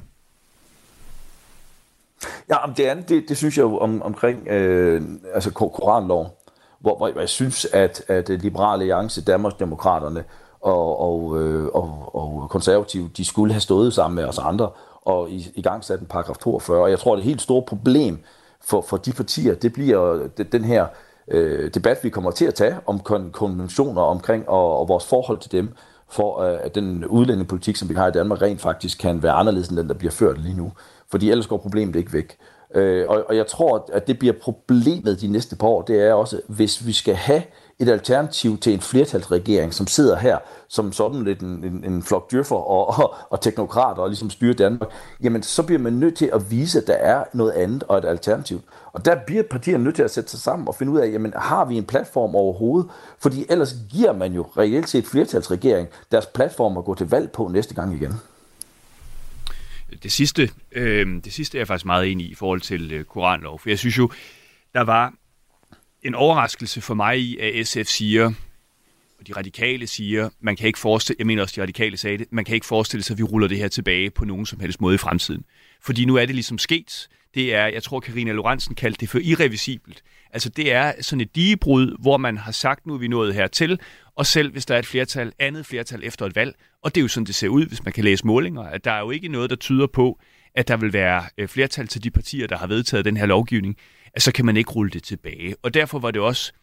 Ja, om det andet, det, det synes jeg jo om, omkring øh, altså koranloven, hvor, hvor jeg synes, at, at Liberale Alliance, Danmarksdemokraterne og, og, øh, og, og konservative, de skulle have stået sammen med os andre og i, i gang sat en paragraf toogfyrre. Og jeg tror, det helt store problem for, for de partier, det bliver den her øh, debat, vi kommer til at tage om kon- konventioner omkring og, og vores forhold til dem, for øh, at den udlændingepolitik, som vi har i Danmark, rent faktisk kan være anderledes end den, der bliver ført lige nu. Fordi ellers går problemet ikke væk. Øh, og, og jeg tror, at det bliver problemet de næste par år, det er også, hvis vi skal have et alternativ til en flertalsregering, som sidder her som sådan lidt en, en, en flok djøffer og, og, og teknokrater og ligesom styrer Danmark, jamen så bliver man nødt til at vise, at der er noget andet og et alternativ. Og der bliver partierne nødt til at sætte sig sammen og finde ud af, jamen har vi en platform overhovedet? Fordi ellers giver man jo reelt set flertalsregering deres platform at gå til valg på næste gang igen. Det sidste, øh, det sidste er jeg faktisk meget enig i i forhold til øh, koranlov, for jeg synes jo, der var en overraskelse for mig i, at S F siger, og de radikale siger, man kan ikke forestille, jeg mener også, de radikale sagde det, man kan ikke forestille sig, at vi ruller det her tilbage på nogen som helst måde i fremtiden. Fordi nu er det ligesom sket. Det er, jeg tror, Karina Lorentzen kaldte det for irreversibelt. Altså det er sådan et digebrud, hvor man har sagt, nu er vi nået hertil, og selv hvis der er et flertal, andet flertal efter et valg, og det er jo sådan, det ser ud, hvis man kan læse målinger, at der er jo ikke noget, der tyder på, at der vil være flertal til de partier, der har vedtaget den her lovgivning, at så kan man ikke rulle det tilbage. Og derfor var det også,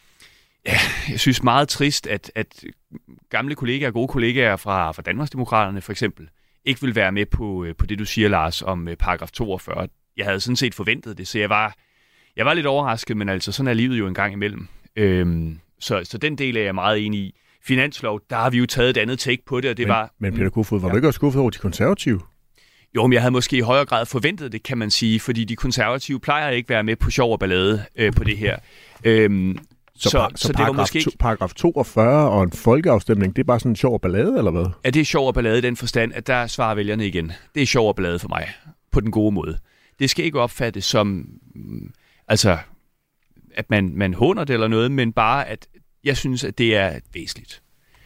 ja, jeg synes meget trist, at, at gamle kollegaer og gode kollegaer fra, fra Danmarksdemokraterne for eksempel, ikke vil være med på, på det, du siger, Lars, om paragraf toogfyrre. Jeg havde sådan set forventet det, så jeg var, jeg var lidt overrasket, men altså sådan er livet jo en gang imellem. Øhm, så, så den del er jeg meget enig i. Finanslov, der har vi jo taget et andet take på det, og det men, var... Men Peter Kofod, var ja. du ikke også skuffet over de konservative? Jo, men jeg havde måske i højere grad forventet det, kan man sige, fordi de konservative plejer ikke være med på sjov og ballade øh, på det her. Øhm, så, så, par, så, så det var måske... To, paragraf toogfyrre og en folkeafstemning, det er bare sådan en sjov og ballade, eller hvad? Ja, det er sjov og ballade i den forstand, at der svarer vælgerne igen. Det er sjov og ballade for mig, på den gode måde. Det skal ikke opfattes som, altså, at man, man håner det eller noget, men bare, at jeg synes, at det er væsentligt.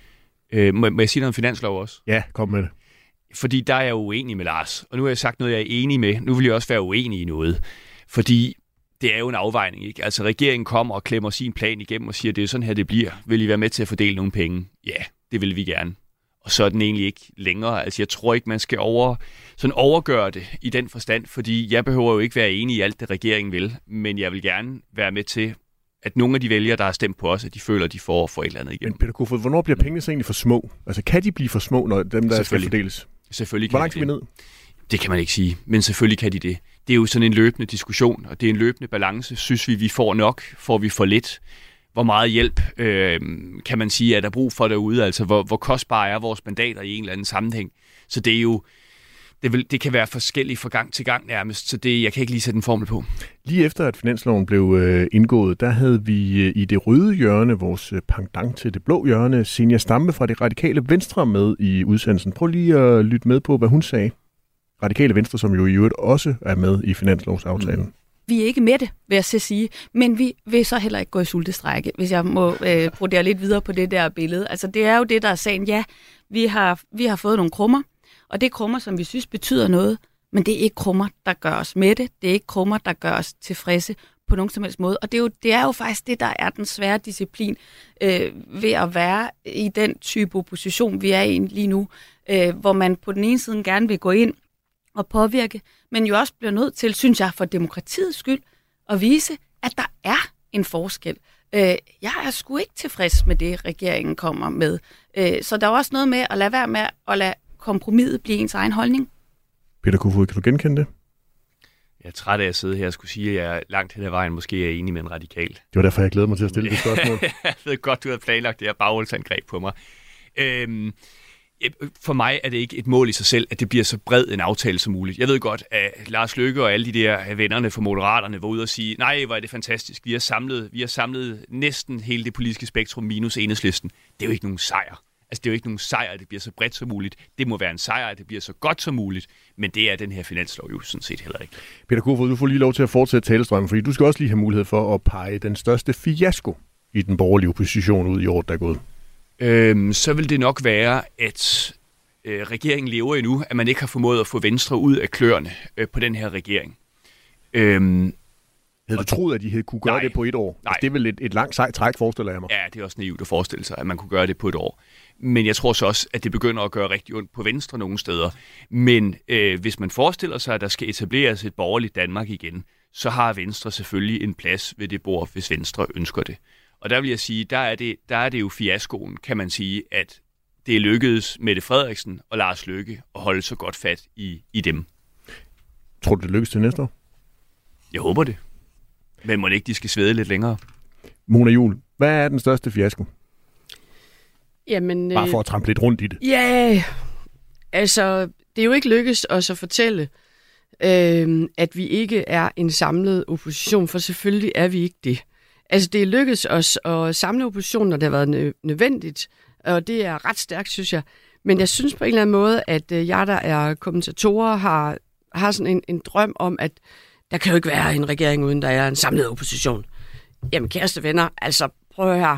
Øh, må, må jeg sige noget om finanslov også? Ja, kom med det. Fordi der er jeg uenig med Lars, og nu har jeg sagt noget, jeg er enig med. Nu vil jeg også være uenig i noget, fordi det er jo en afvejning, ikke? Altså, regeringen kommer og klemmer sin plan igennem og siger, det er sådan her, det bliver. Vil I være med til at fordele nogle penge? Ja, det vil vi gerne. Og så er den egentlig ikke længere. Altså, jeg tror ikke, man skal over, sådan overgøre det i den forstand, fordi jeg behøver jo ikke være enig i alt, det regeringen vil, men jeg vil gerne være med til, at nogle af de vælgere, der har stemt på os, at de føler, at de får, får et eller andet igennem. Men Peter Kofod, hvornår bliver pengene så egentlig for små? Altså, kan de blive for små, når dem, der skal fordeles? Selvfølgelig kan Hvor langt skal vi ned? Det kan man ikke sige, men selvfølgelig kan de det. Det er jo sådan en løbende diskussion, og det er en løbende balance. Synes vi, vi får nok? Får vi for lidt? Hvor meget hjælp øh, kan man sige, er der brug for derude? Altså, hvor, hvor kostbare er vores mandater i en eller anden sammenhæng? Så det er jo, det, vil, det kan være forskelligt fra gang til gang nærmest, så det, jeg kan ikke lige sætte en formel på. Lige efter, at finansloven blev øh, indgået, der havde vi øh, i det røde hjørne, vores øh, pendant til det blå hjørne, Zenia Stampe fra det radikale Venstre med i udsendelsen. Prøv lige at lytte med på, hvad hun sagde. Radikale Venstre, som jo i øvrigt også er med i finanslovsaftalen. Mm. Vi er ikke med det, vil jeg så sige, men vi vil så heller ikke gå i sultestrække, hvis jeg må øh, brodere lidt videre på det der billede. Altså, det er jo det, der er sagen. Ja, vi har, vi har fået nogle krummer, og det er krummer, som vi synes betyder noget, men det er ikke krummer, der gør os med det. Det er ikke krummer, der gør os tilfredse på nogen som helst måde. Og det er jo, det er jo faktisk det, der er den svære disciplin øh, ved at være i den type opposition, vi er i lige nu, øh, hvor man på den ene side gerne vil gå ind og påvirke, men jo også bliver nødt til, synes jeg, for demokratiets skyld, at vise, at der er en forskel. Øh, jeg er sgu ikke tilfreds med det, regeringen kommer med. Øh, så der er også noget med at lade være med at lade kompromiset blive ens egen holdning. Peter Kofod, kan du genkende det? Jeg er træt af at sidde her og skulle sige, at jeg langt hen ad vejen måske er enig med en radikal. Det var derfor, jeg glæder mig til at stille det spørgsmål. Jeg ved godt, du havde planlagt det her bagholdsangreb på mig. Øhm, For mig er det ikke et mål i sig selv, at det bliver så bred en aftale som muligt. Jeg ved godt, at Lars Løkke og alle de der vennerne fra Moderaterne var ude og sige, nej, hvor er det fantastisk, vi har samlet, vi har samlet næsten hele det politiske spektrum minus Enhedslisten. Det er jo ikke nogen sejr. Altså, det er jo ikke nogen sejr, at det bliver så bredt som muligt. Det må være en sejr, at det bliver så godt som muligt, men det er den her finanslov jo sådan set heller ikke. Peter Kofod, du får lige lov til at fortsætte talestrømmen, fordi du skal også lige have mulighed for at pege den største fiasko i den borgerlige opposition ud i året, der er gået. Øhm, så vil det nok være, at øh, regeringen lever endnu, at man ikke har formået at få Venstre ud af kløerne øh, på den her regering. Øhm, Havde du troet, at de havde kunne gøre nej, det på et år? Nej. Altså, det er vel et, et langt sejt træk, forestiller jeg mig. Ja, det er også naivt at forestille sig, at man kunne gøre det på et år. Men jeg tror så også, at det begynder at gøre rigtig ondt på Venstre nogle steder. Men øh, hvis man forestiller sig, at der skal etableres et borgerligt Danmark igen, så har Venstre selvfølgelig en plads ved det bord, hvis Venstre ønsker det. Og der vil jeg sige, der er det, der er det jo fiaskoen, kan man sige, at det er lykkedes Mette Frederiksen og Lars Løkke at holde så godt fat i, i dem. Tror du, det lykkes til næste år? Jeg håber det. Men må det ikke, de skal svede lidt længere? Mona Juhl, hvad er den største fiasko? Jamen, Bare for at trampe lidt rundt i det. Ja, yeah. altså, det er jo ikke lykkes os at fortælle, øh, at vi ikke er en samlet opposition, for selvfølgelig er vi ikke det. Altså, det er lykkedes os at samle oppositionen, når det har været nø- nødvendigt, og det er ret stærkt, synes jeg. Men jeg synes på en eller anden måde, at øh, jeg, der er kommentatorer, har, har sådan en, en drøm om, at der kan jo ikke være en regering, uden der er en samlet opposition. Jamen, kæreste venner, altså, prøv at høre.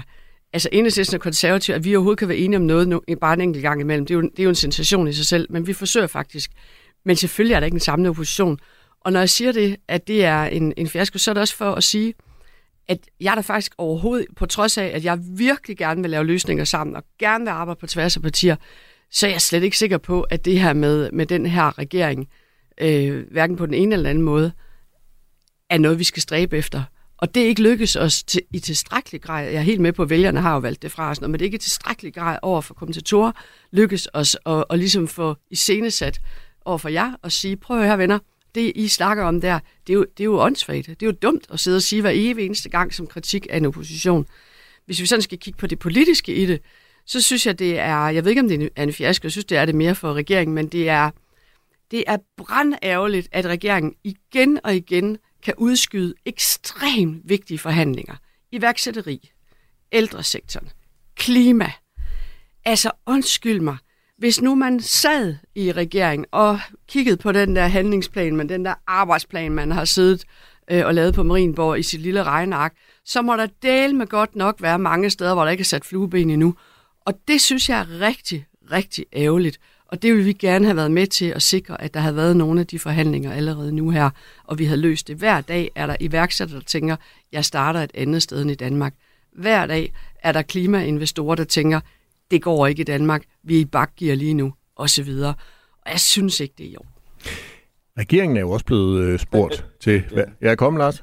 altså Enhedslisten og Konservative, at vi overhovedet kan være enige om noget bare en enkelt gang imellem. Det er, jo, det er jo en sensation i sig selv, men vi forsøger faktisk. Men selvfølgelig er der ikke en samlet opposition. Og når jeg siger det, at det er en, en fiasko, så er det også for at sige, at jeg er der faktisk overhovedet, på trods af, at jeg virkelig gerne vil lave løsninger sammen, og gerne vil arbejde på tværs af partier, så er jeg slet ikke sikker på, at det her med, med den her regering, øh, hverken på den ene eller anden måde, er noget, vi skal stræbe efter. Og det er ikke lykkes os til, i tilstrækkelig grad. Jeg er helt med på, at vælgerne har jo valgt det fra os, men det er ikke i tilstrækkelig grad over for kommentatorer lykkes os at, at ligesom få iscenesat over for jer og sige, prøv at høre venner, det I snakker om der, det er jo, det er jo åndssvagt. Det er jo dumt at sidde og sige hver evig eneste gang som kritik af en opposition. Hvis vi sådan skal kigge på det politiske i det, så synes jeg, det er, jeg ved ikke om det er en fiasko, jeg synes, det er det mere for regeringen, men det er, det er brandærgerligt, at regeringen igen og igen kan udskyde ekstremt vigtige forhandlinger. Iværksætteri, ældresektoren, klima. Altså, undskyld mig, hvis nu man sad i regeringen og kiggede på den der handlingsplan, men den der arbejdsplan, man har siddet øh, og lavet på Marienborg i sit lille regneark, så må der dele med godt nok være mange steder, hvor der ikke er sat flueben endnu. Og det synes jeg er rigtig, rigtig ærgerligt. Og det vil vi gerne have været med til at sikre, at der havde været nogle af de forhandlinger allerede nu her, og vi havde løst det. Hver dag er der iværksættere, der tænker, jeg starter et andet sted end i Danmark. Hver dag er der klimainvestorer, der tænker, det går ikke i Danmark, vi er i bakgear lige nu, osv. Og jeg synes ikke, det er i orden. Regeringen er jo også blevet øh, spurgt til... Hvad? Jeg er kommet, Lars.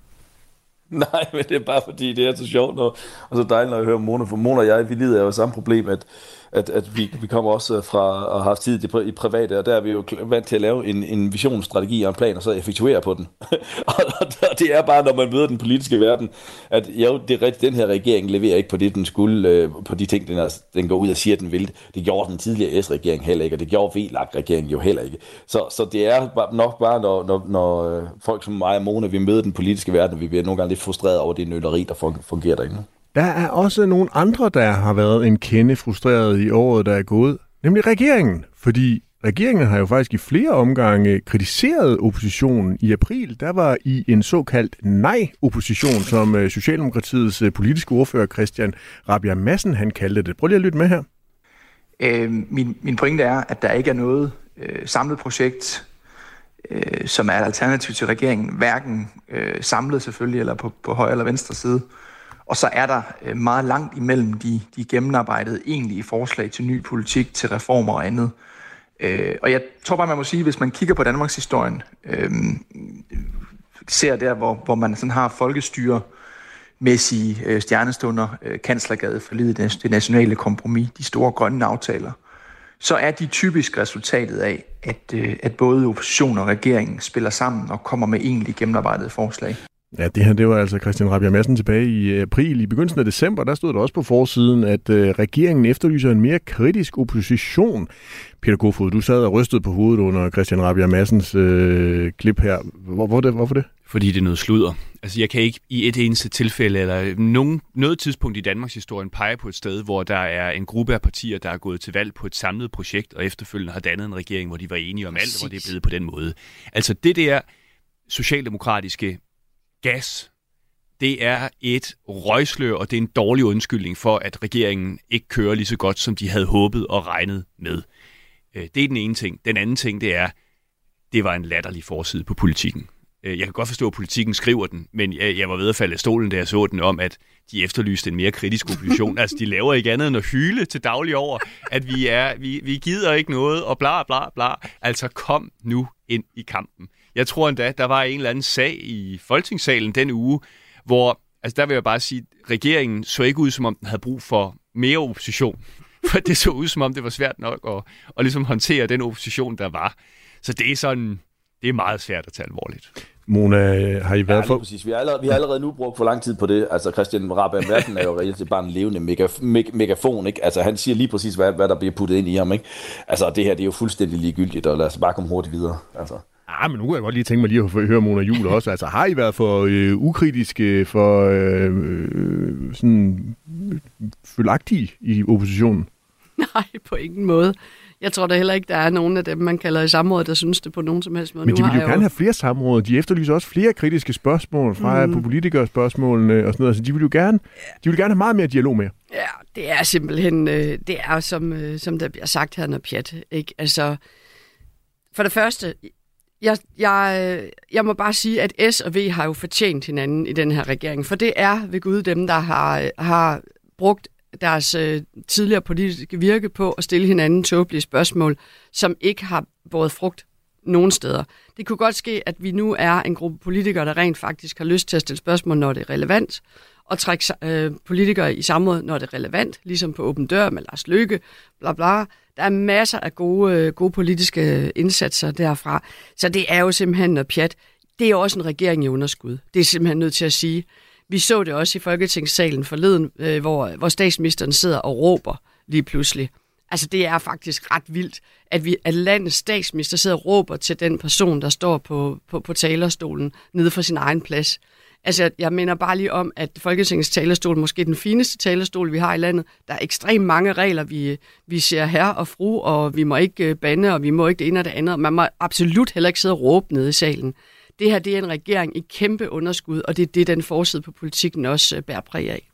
Nej, men det er bare fordi, det er så sjovt, når, og så dejligt, når jeg hører Mona, for Mona og jeg, vi lider jo samme problem, at, at, at vi, vi kommer også fra at have haft tid i private, og der er vi jo vant til at lave en, en visionsstrategi og en plan, og så effektuere på den. Og det er bare, når man møder den politiske verden, at jo, det er rigtigt, den her regering leverer ikke på det, den skulle, på de ting, den, er, den går ud og siger, den vil. Det gjorde den tidligere S-regering heller ikke, og det gjorde V L A K-regeringen jo heller ikke. Så, så det er nok bare, når, når, når folk som mig og Mona, vi møder den politiske verden, og vi bliver nogle gange lidt frustreret over det nøleri, der fungerer derinde. Der er også nogle andre, der har været en kende frustreret i året, der er gået, nemlig regeringen. Fordi regeringen har jo faktisk i flere omgange kritiseret oppositionen. I april, der var I en såkaldt nej-opposition, som Socialdemokratiets politiske ordfører Christian Rabjerg Madsen, han kaldte det. Prøv lige at lytte med her. Øh, min, min pointe er, at der ikke er noget øh, samlet projekt, øh, som er et alternativ til regeringen, hverken øh, samlet selvfølgelig, eller på, på højre eller venstre side. Og så er der øh, meget langt imellem de, de gennemarbejdede egentlige forslag til ny politik, til reformer og andet. Øh, og jeg tror bare, man må sige, hvis man kigger på Danmarks historien, øh, ser der, hvor, hvor man sådan har folkestyremæssige øh, stjernestunder, øh, kanslergade forlidet, det, det nationale kompromis, de store grønne aftaler, så er de typisk resultatet af, at, øh, at både opposition og regeringen spiller sammen og kommer med egentlig gennemarbejdede forslag. Ja, det her, det var altså Christian Rabjerg Madsen tilbage i april. I begyndelsen af december, der stod der også på forsiden, at øh, regeringen efterlyser en mere kritisk opposition. Peter Kofod, du sad og rystede på hovedet under Christian Rabjerg Madsens øh, klip her. Hvor, hvor det, hvorfor det? Fordi det er noget sludder. Altså, jeg kan ikke i et eneste tilfælde eller nogen, noget tidspunkt i Danmarks historien pege på et sted, hvor der er en gruppe af partier, der er gået til valg på et samlet projekt, og efterfølgende har dannet en regering, hvor de var enige om alt, hvor det er blevet på den måde. Altså, det der socialdemokratiske gas, det er et røgslør, og det er en dårlig undskyldning for, at regeringen ikke kører lige så godt, som de havde håbet og regnet med. Det er den ene ting. Den anden ting, det er, det var en latterlig forside på Politikken. Jeg kan godt forstå, at Politikken skriver den, men jeg var ved at falde af stolen, da jeg så den om, at de efterlyste en mere kritisk opposition. Altså, de laver ikke andet end at hyle til daglig over, at vi, er, vi, vi gider ikke noget, og bla bla bla. Altså, kom nu ind i kampen. Jeg tror endda, der var en eller anden sag i Folketingssalen den uge, hvor, altså der vil jeg bare sige, regeringen så ikke ud, som om den havde brug for mere opposition. For det så ud, som om det var svært nok at, at ligesom håndtere den opposition, der var. Så det er sådan, det er meget svært at tage alvorligt. Mona, har I været ja, for... Præcis. Vi har, allerede, vi har allerede nu brugt for lang tid på det. Altså, Christian Rabjerg Madsen er jo reelt bare en levende megaf- meg- megafon, ikke? Altså, han siger lige præcis, hvad, hvad der bliver puttet ind i ham, ikke? Altså, det her, det er jo fuldstændig ligegyldigt, og lad os bare komme hurtigt videre, altså. Ah, men nu kan jeg godt lige tænke mig lige at høre Mona Juul også. Altså, har I været for øh, ukritiske, for øh, øh, sådan følagtige i oppositionen? Nej, på ingen måde. Jeg tror da heller ikke, der er nogen af dem, man kalder i samrådet, der synes det på nogen som helst måde. Men de vil jo jo gerne have flere samråd. De efterlyser også flere kritiske spørgsmål fra mm. på politikerspørgsmålene og sådan noget. Så de vil jo gerne, de vil gerne have meget mere dialog med. Ja, det er simpelthen, det er som, som der bliver sagt her, noget pjat. Ikke? Altså, for det første, jeg, jeg, jeg må bare sige, at S og V har jo fortjent hinanden i den her regering. For det er ved Gud dem, der har, har brugt deres øh, tidligere politiske virke på at stille hinanden tåbelige spørgsmål, som ikke har båret frugt nogen steder. Det kunne godt ske, at vi nu er en gruppe politikere, der rent faktisk har lyst til at stille spørgsmål, når det er relevant, og trække øh, politikere i samråd, når det er relevant, ligesom på Åben Dør med Lars Løkke, bla bla. Der er masser af gode, øh, gode politiske indsatser derfra, så det er jo simpelthen noget pjat. Det er jo også en regering i underskud. Det er simpelthen nødt til at sige. Vi så det også i Folketingssalen forleden, øh, hvor, hvor statsministeren sidder og råber lige pludselig. Altså det er faktisk ret vildt, at, vi, at landets statsminister sidder og råber til den person, der står på, på, på talerstolen nede for sin egen plads. Altså jeg mener bare lige om, at Folketingets talerstol måske den fineste talerstol, vi har i landet. Der er ekstremt mange regler, vi, vi ser herre og fru, og vi må ikke bande, og vi må ikke det ene og det andet. Man må absolut heller ikke sidde og råbe nede i salen. Det her det er en regering i kæmpe underskud, og det er det, den forside på politikken også bærer præg af.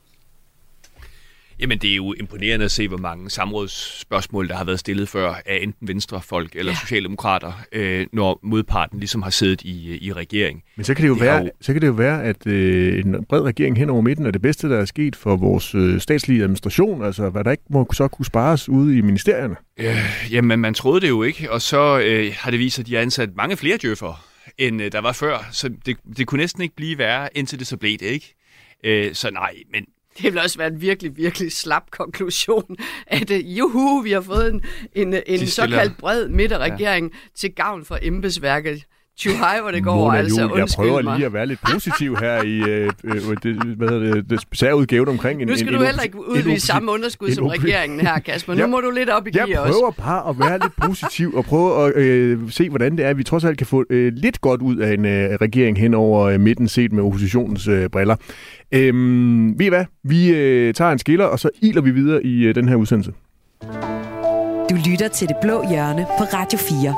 Jamen, det er jo imponerende at se, hvor mange samrådsspørgsmål, der har været stillet før af enten venstrefolk eller ja. socialdemokrater, øh, når modparten ligesom har siddet i, i regering. Men så kan det jo, det være, jo... så kan det jo være, at øh, en bred regering hen over midten er det bedste, der er sket for vores øh, statslige administration, altså hvad der ikke må så kunne spares ude i ministerierne. Øh, jamen, man troede det jo ikke, og så øh, har det vist, at de har ansat mange flere djøffere, end øh, der var før, så det, det kunne næsten ikke blive værre, indtil det så blev det, ikke? Øh, så nej, men det vil også være en virkelig, virkelig slap konklusion, at uh, juhu, vi har fået en, en, en såkaldt bred midterregering ja. til gavn for embedsværket. Tjuhej, hvor det går, Mona altså Juhl, jeg prøver mig. lige at være lidt positiv her i øh, øh, det, hvad hedder det, det særudgavet omkring en... Nu skal en, du en, heller ikke udvise samme underskud som regeringen her, Kasper. Nu jeg, må du lidt op i gear også. Jeg prøver også. bare at være lidt positiv og prøve at øh, se, hvordan det er, at vi trods alt kan få øh, lidt godt ud af en øh, regering hen over øh, midten set med oppositionens øh, briller. Øhm, ved I hvad? Vi øh, tager en skiller, og så iler vi videre i øh, den her udsendelse. Du lytter til Det Blå Hjørne på Radio fire.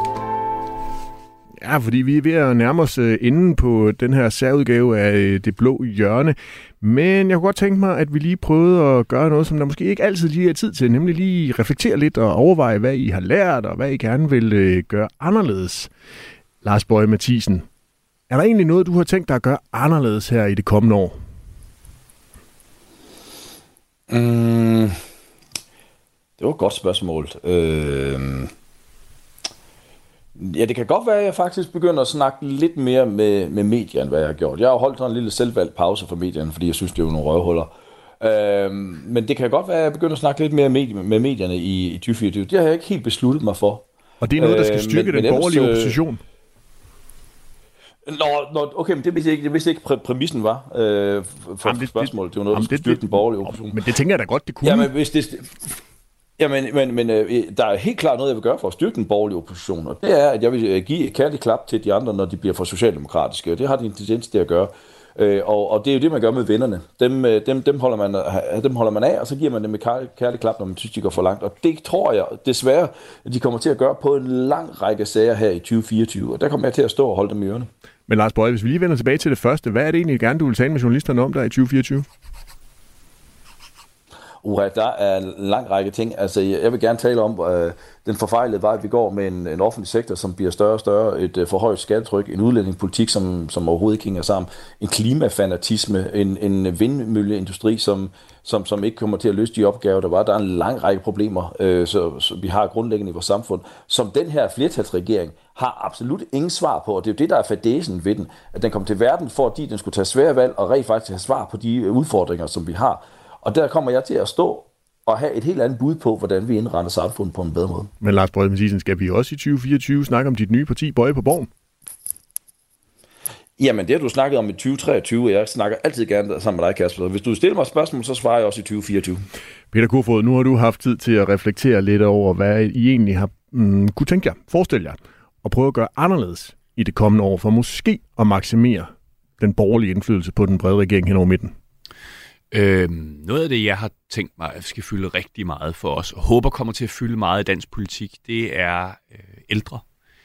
Ja, fordi vi er ved at nærme os øh, inde på den her særudgave af øh, Det Blå Hjørne. Men jeg kunne godt tænke mig, at vi lige prøvede at gøre noget, som der måske ikke altid lige er tid til. Nemlig lige reflektere lidt og overveje, hvad I har lært, og hvad I gerne vil øh, gøre anderledes. Lars Boje Mathiesen, er der egentlig noget, du har tænkt dig at gøre anderledes her i det kommende år? Mm, det var et godt spørgsmål. Øh... Ja, det kan godt være, at jeg faktisk begynder at snakke lidt mere med, med medierne, end hvad jeg har gjort. Jeg har holdt sådan en lille selvvalgt pause for medierne, fordi jeg synes, det er jo nogle røvhuller. Øhm, men det kan godt være, at jeg begynder at snakke lidt mere med, med medierne i, i tyve fireogtyve. Det har jeg ikke helt besluttet mig for. Og det er noget, der skal styrke øh, men, den men borgerlige ellers, opposition? Nå, nå, okay, men det vidste jeg ikke, det vidste ikke præ- præmissen var øh, for jamen, det, spørgsmålet. Det var noget, der skulle styrke den borgerlige opposition. Men det tænker jeg da godt, det kunne. Jamen, hvis det... Jamen, men, men øh, der er helt klart noget, jeg vil gøre for at styrke den borgerlige opposition, og det er, at jeg vil give et kærligt klap til de andre, når de bliver for socialdemokratiske, og det har de en tendens til at gøre. Øh, og, og det er jo det, man gør med vennerne. Dem, dem, dem, holder man, dem holder man af, og så giver man dem et kærligt klap, når man synes, de går for langt. Og det tror jeg desværre, at de kommer til at gøre på en lang række sager her i tyve fireogtyve, og der kommer jeg til at stå og holde dem i ørene. Men Lars Boje, hvis vi lige vender tilbage til det første, hvad er det egentlig gerne, du vil tale med journalisterne om der i tyve fireogtyve? Uha, der er en lang række ting. Altså, jeg vil gerne tale om øh, den forfejlede vej, vi går med en, en offentlig sektor, som bliver større og større, et øh, for højt skattetryk, en udlændingepolitik, som, som overhovedet ikke hænger sammen, en klimafanatisme, en, en vindmølleindustri, som, som, som ikke kommer til at løse de opgaver, der var. Der er en lang række problemer, øh, så, så vi har grundlæggende i vores samfund, som den her flertalsregering har absolut ingen svar på, og det er jo det, der er fadæsen ved den, at den kom til verden, fordi den skulle tage svære valg, og rent faktisk have svar på de udfordringer, som vi har. Og der kommer jeg til at stå og have et helt andet bud på, hvordan vi indretter samfundet på en bedre måde. Men Lars Boje Mathiesen, skal vi også i tyve fireogtyve snakke om dit nye parti, Boje på Borgen? Jamen, det har du snakket om i tyve treogtyve, og jeg snakker altid gerne sammen med dig, Kasper. Hvis du stiller mig spørgsmål, så svarer jeg også i tyve fireogtyve. Peter Kofod, nu har du haft tid til at reflektere lidt over, hvad I egentlig har mm, kunne tænke jer, forestille jer, og prøve at gøre anderledes i det kommende år, for måske at maksimere den borgerlige indflydelse på den brede regering hen over midten. Øhm, noget af det, jeg har tænkt mig, at skal fylde rigtig meget for os, og håber kommer til at fylde meget i dansk politik, det er øh, ældre.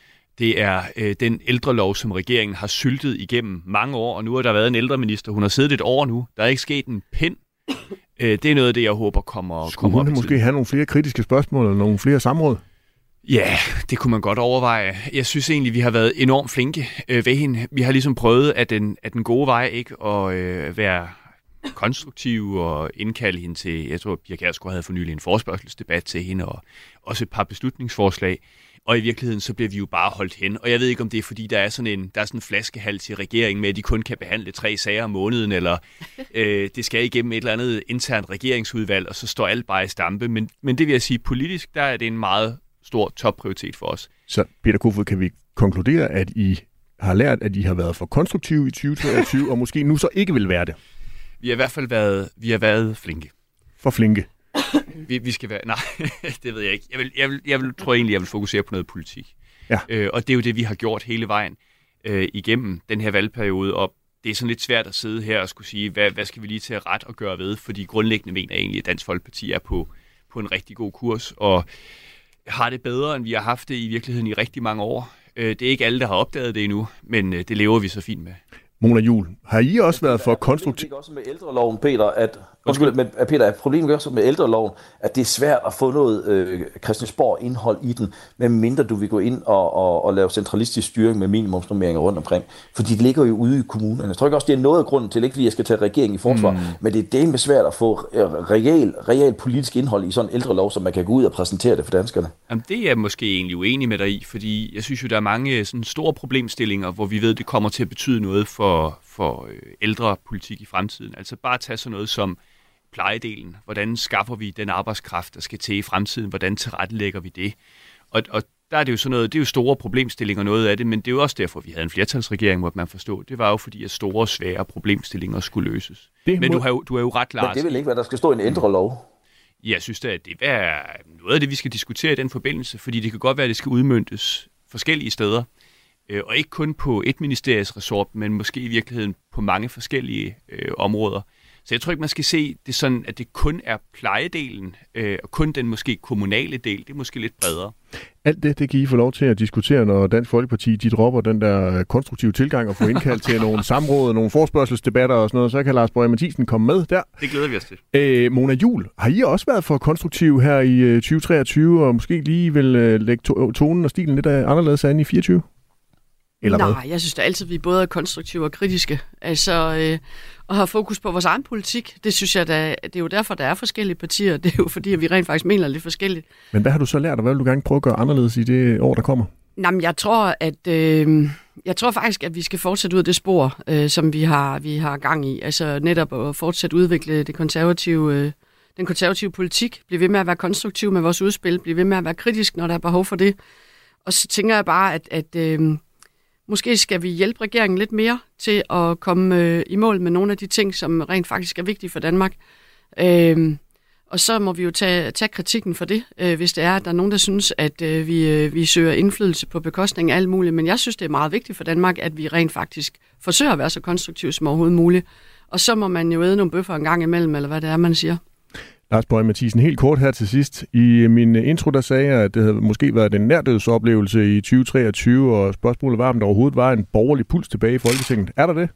Det er øh, den ældrelov, som regeringen har syltet igennem mange år, og nu har der været en ældreminister. Hun har siddet et år nu. Der er ikke sket en pind. Øh, det er noget af det, jeg håber kommer, Skulle kommer op hun i måske tiden. have nogle flere kritiske spørgsmål, eller nogle flere samråd? Ja, det kunne man godt overveje. Jeg synes egentlig, vi har været enormt flinke øh, ved hende. Vi har ligesom prøvet at den, at den gode vej ikke at øh, være konstruktiv og indkalde hende til, jeg tror, Pia Kjærsgaard havde for nylig en forespørgselsdebat til hende, og også et par beslutningsforslag. Og i virkeligheden, så bliver vi jo bare holdt hen. Og jeg ved ikke, om det er, fordi der er sådan en, der er sådan en flaskehals i regeringen med, at de kun kan behandle tre sager om måneden, eller øh, det skal igennem et eller andet internt regeringsudvalg, og så står alt bare i stampe. Men, men det vil jeg sige, politisk, der er det en meget stor topprioritet for os. Så Peter Kofod, kan vi konkludere, at I har lært, at I har været for konstruktive i tyve treogtyve, og måske nu så ikke vil være det? Vi har i hvert fald været, vi har været flinke. For flinke? Vi, vi skal være... Nej, det ved jeg ikke. Jeg, vil, jeg, vil, jeg vil, tror egentlig, jeg vil fokusere på noget politik. Ja. Øh, og det er jo det, vi har gjort hele vejen øh, igennem den her valgperiode. Og det er sådan lidt svært at sidde her og skulle sige, hvad, hvad skal vi lige til at ret og gøre ved? Fordi grundlæggende mener jeg egentlig, at Dansk Folkeparti er på, på en rigtig god kurs. Og har det bedre, end vi har haft det i virkeligheden i rigtig mange år. Øh, det er ikke alle, der har opdaget det endnu, men øh, det lever vi så fint med. Mona Juul, har I også været for konstruktiv? Det er også med ældreloven, Peter, at, undskyld, men, Peter, er problemet også med ældreloven, at det er svært at få noget øh, Christiansborg-indhold i den, medmindre du vil gå ind og, og, og lave centralistisk styring med minimumsnormeringer rundt omkring. Fordi det ligger jo ude i kommunerne. Jeg tror ikke også, det er noget af grunden til, ikke fordi jeg skal tage regeringen i forsvar, mm. men det er delt svært at få real, real politisk indhold i sådan en ældrelov, så man kan gå ud og præsentere det for danskerne. Jamen, det er jeg måske egentlig uenig med dig i, fordi jeg synes jo, der er mange sådan store problemstillinger, hvor vi ved, det kommer til at betyde noget for for, for ældrepolitik i fremtiden. Altså bare tage sådan noget som plejedelen. Hvordan skaffer vi den arbejdskraft, der skal til i fremtiden? Hvordan tilrettelægger vi det? Og, og der er det jo sådan noget, det er jo store problemstillinger, noget af det, men det er jo også derfor, vi havde en flertalsregering, måtte man forstå. Det var jo fordi, at store, svære problemstillinger skulle løses. Det men må... du, har jo, du er jo ret, Lars. Men det vil ikke være, der skal stå en ældrelov. Jeg synes da, at det er noget af det, vi skal diskutere i den forbindelse, fordi det kan godt være, at det skal udmøntes forskellige steder. Og ikke kun på et ministeriets ressort, men måske i virkeligheden på mange forskellige øh, områder. Så jeg tror ikke, man skal se det sådan, at det kun er plejedelen, øh, og kun den måske kommunale del. Det er måske lidt bredere. Alt det, det kan I få lov til at diskutere, når Dansk Folkeparti de dropper den der konstruktive tilgang og får indkaldt til nogle samråd og nogle forspørgselsdebatter og sådan noget. Så kan Lars Boje Mathiesen komme med der. Det glæder vi os til. Æ, Mona Juul, har I også været for konstruktiv her i tyve treogtyve, og måske lige vil øh, lægge to- tonen og stilen lidt anderledes an i fireogtyve? Eller Nej, hvad? jeg synes da altid, vi både er konstruktive og kritiske. Altså, øh, og har fokus på vores egen politik. Det synes jeg da, det er jo derfor, der er forskellige partier. Det er jo fordi, at vi rent faktisk mener lidt forskelligt. Men hvad har du så lært, og hvad vil du gerne prøve at gøre anderledes i det år, der kommer? Jamen, jeg tror, at øh, jeg tror faktisk, at vi skal fortsætte ud af det spor, øh, som vi har, vi har gang i. Altså netop at fortsætte at udvikle det konservative, øh, den konservative politik. Blive ved med at være konstruktiv med vores udspil. Blive ved med at være kritisk, når der er behov for det. Og så tænker jeg bare, at... at øh, måske skal vi hjælpe regeringen lidt mere til at komme øh, i mål med nogle af de ting, som rent faktisk er vigtige for Danmark. Øh, og så må vi jo tage, tage kritikken for det, øh, hvis det er, at der er nogen, der synes, at øh, vi, øh, vi søger indflydelse på bekostning af alt muligt. Men jeg synes, det er meget vigtigt for Danmark, at vi rent faktisk forsøger at være så konstruktive som overhovedet muligt. Og så må man jo æde nogle bøffer en gang imellem, eller hvad det er, man siger. Lars Boje Mathiesen, helt kort her til sidst. I min intro, der sagde jeg, at det havde måske været en nærdødsoplevelse i tyve treogtyve, og spørgsmålet var, om der overhovedet var en borgerlig puls tilbage i Folketinget. Er der det?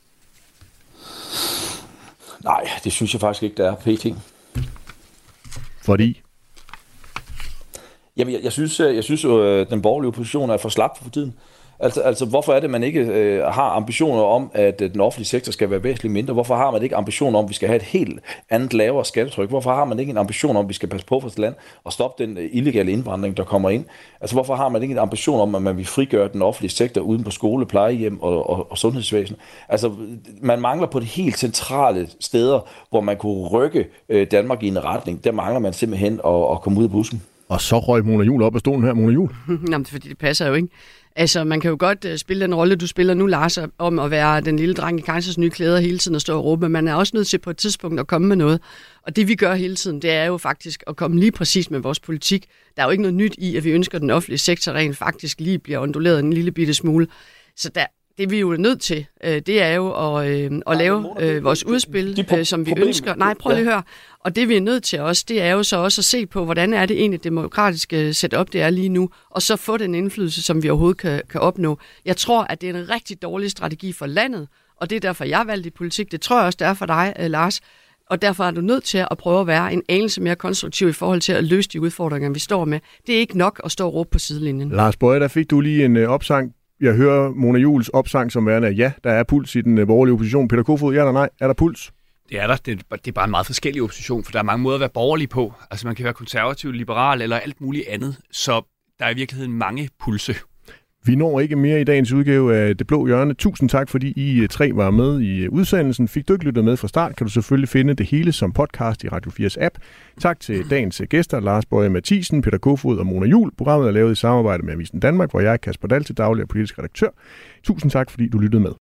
Nej, det synes jeg faktisk ikke, der er pt. Fordi? Jamen, jeg, jeg synes, jeg synes at den borgerlige opposition er for slap for tiden. Altså, altså, hvorfor er det, man ikke øh, har ambitioner om, at den offentlige sektor skal være væsentligt mindre? Hvorfor har man ikke ambitioner om, at vi skal have et helt andet lavere skattetryk? Hvorfor har man ikke en ambition om, at vi skal passe på vores land og stoppe den illegale indvandring, der kommer ind? Altså, hvorfor har man ikke en ambition om, at man vil frigøre den offentlige sektor uden på skole, plejehjem og, og, og sundhedsvæsen? Altså, man mangler på det helt centrale steder, hvor man kunne rykke øh, Danmark i en retning. Der mangler man simpelthen at, at komme ud af bussen. Og så røg Mona Juul op af stolen her, Mona Juul. Jamen, fordi det passer jo ikke. Altså, man kan jo godt uh, spille den rolle, du spiller nu, Lars, om at være den lille dreng i Kajsers nye klæder hele tiden og stå og råbe, men man er også nødt til på et tidspunkt at komme med noget. Og det vi gør hele tiden, det er jo faktisk at komme lige præcis med vores politik. Der er jo ikke noget nyt i, at vi ønsker, at den offentlige sektor rent faktisk lige bliver onduleret en lille bitte smule. Så der, det vi jo er nødt til, øh, det er jo at, øh, at Nej, lave Mona, det- øh, vores det- udspil, de pro- øh, som vi problem- ønsker. Nej, prøv lige at Ja. høre. Og det vi er nødt til også, det er jo så også at se på, hvordan er det egentlig demokratiske setup, det er lige nu, og så få den indflydelse, som vi overhovedet kan, kan opnå. Jeg tror, at det er en rigtig dårlig strategi for landet, og det er derfor, jeg valgte i politik. Det tror jeg også, det er for dig, øh, Lars. Og derfor er du nødt til at prøve at være en anelse mere konstruktiv i forhold til at løse de udfordringer, vi står med. Det er ikke nok at stå og råbe på sidelinjen. Lars Boje, der fik du lige en øh, opsang. Jeg hører Mona Juuls opsang som værende, ja, der er puls i den øh, borgerlige opposition. Peter Kofod, ja eller nej, er der puls? Det er der. Det er, det er bare en meget forskellig opposition, for der er mange måder at være borgerlig på. Altså man kan være konservativ, liberal eller alt muligt andet. Så der er i virkeligheden mange pulse. Vi når ikke mere i dagens udgave af Det Blå Hjørne. Tusind tak, fordi I tre var med i udsendelsen. Fik du ikke lyttet med fra start, kan du selvfølgelig finde det hele som podcast i Radio fires app. Tak til dagens gæster, Lars Boje Mathiesen, Peter Kofod og Mona Juul. Programmet er lavet i samarbejde med Avisen Danmark, hvor jeg er Kasper Dahl til daglig og politisk redaktør. Tusind tak, fordi du lyttede med.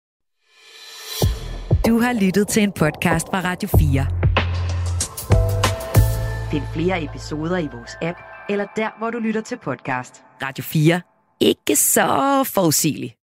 Du har lyttet til en podcast fra Radio fire. Find flere episoder i vores app, eller der, hvor du lytter til podcast. Radio fire. Ikke så forudsigeligt.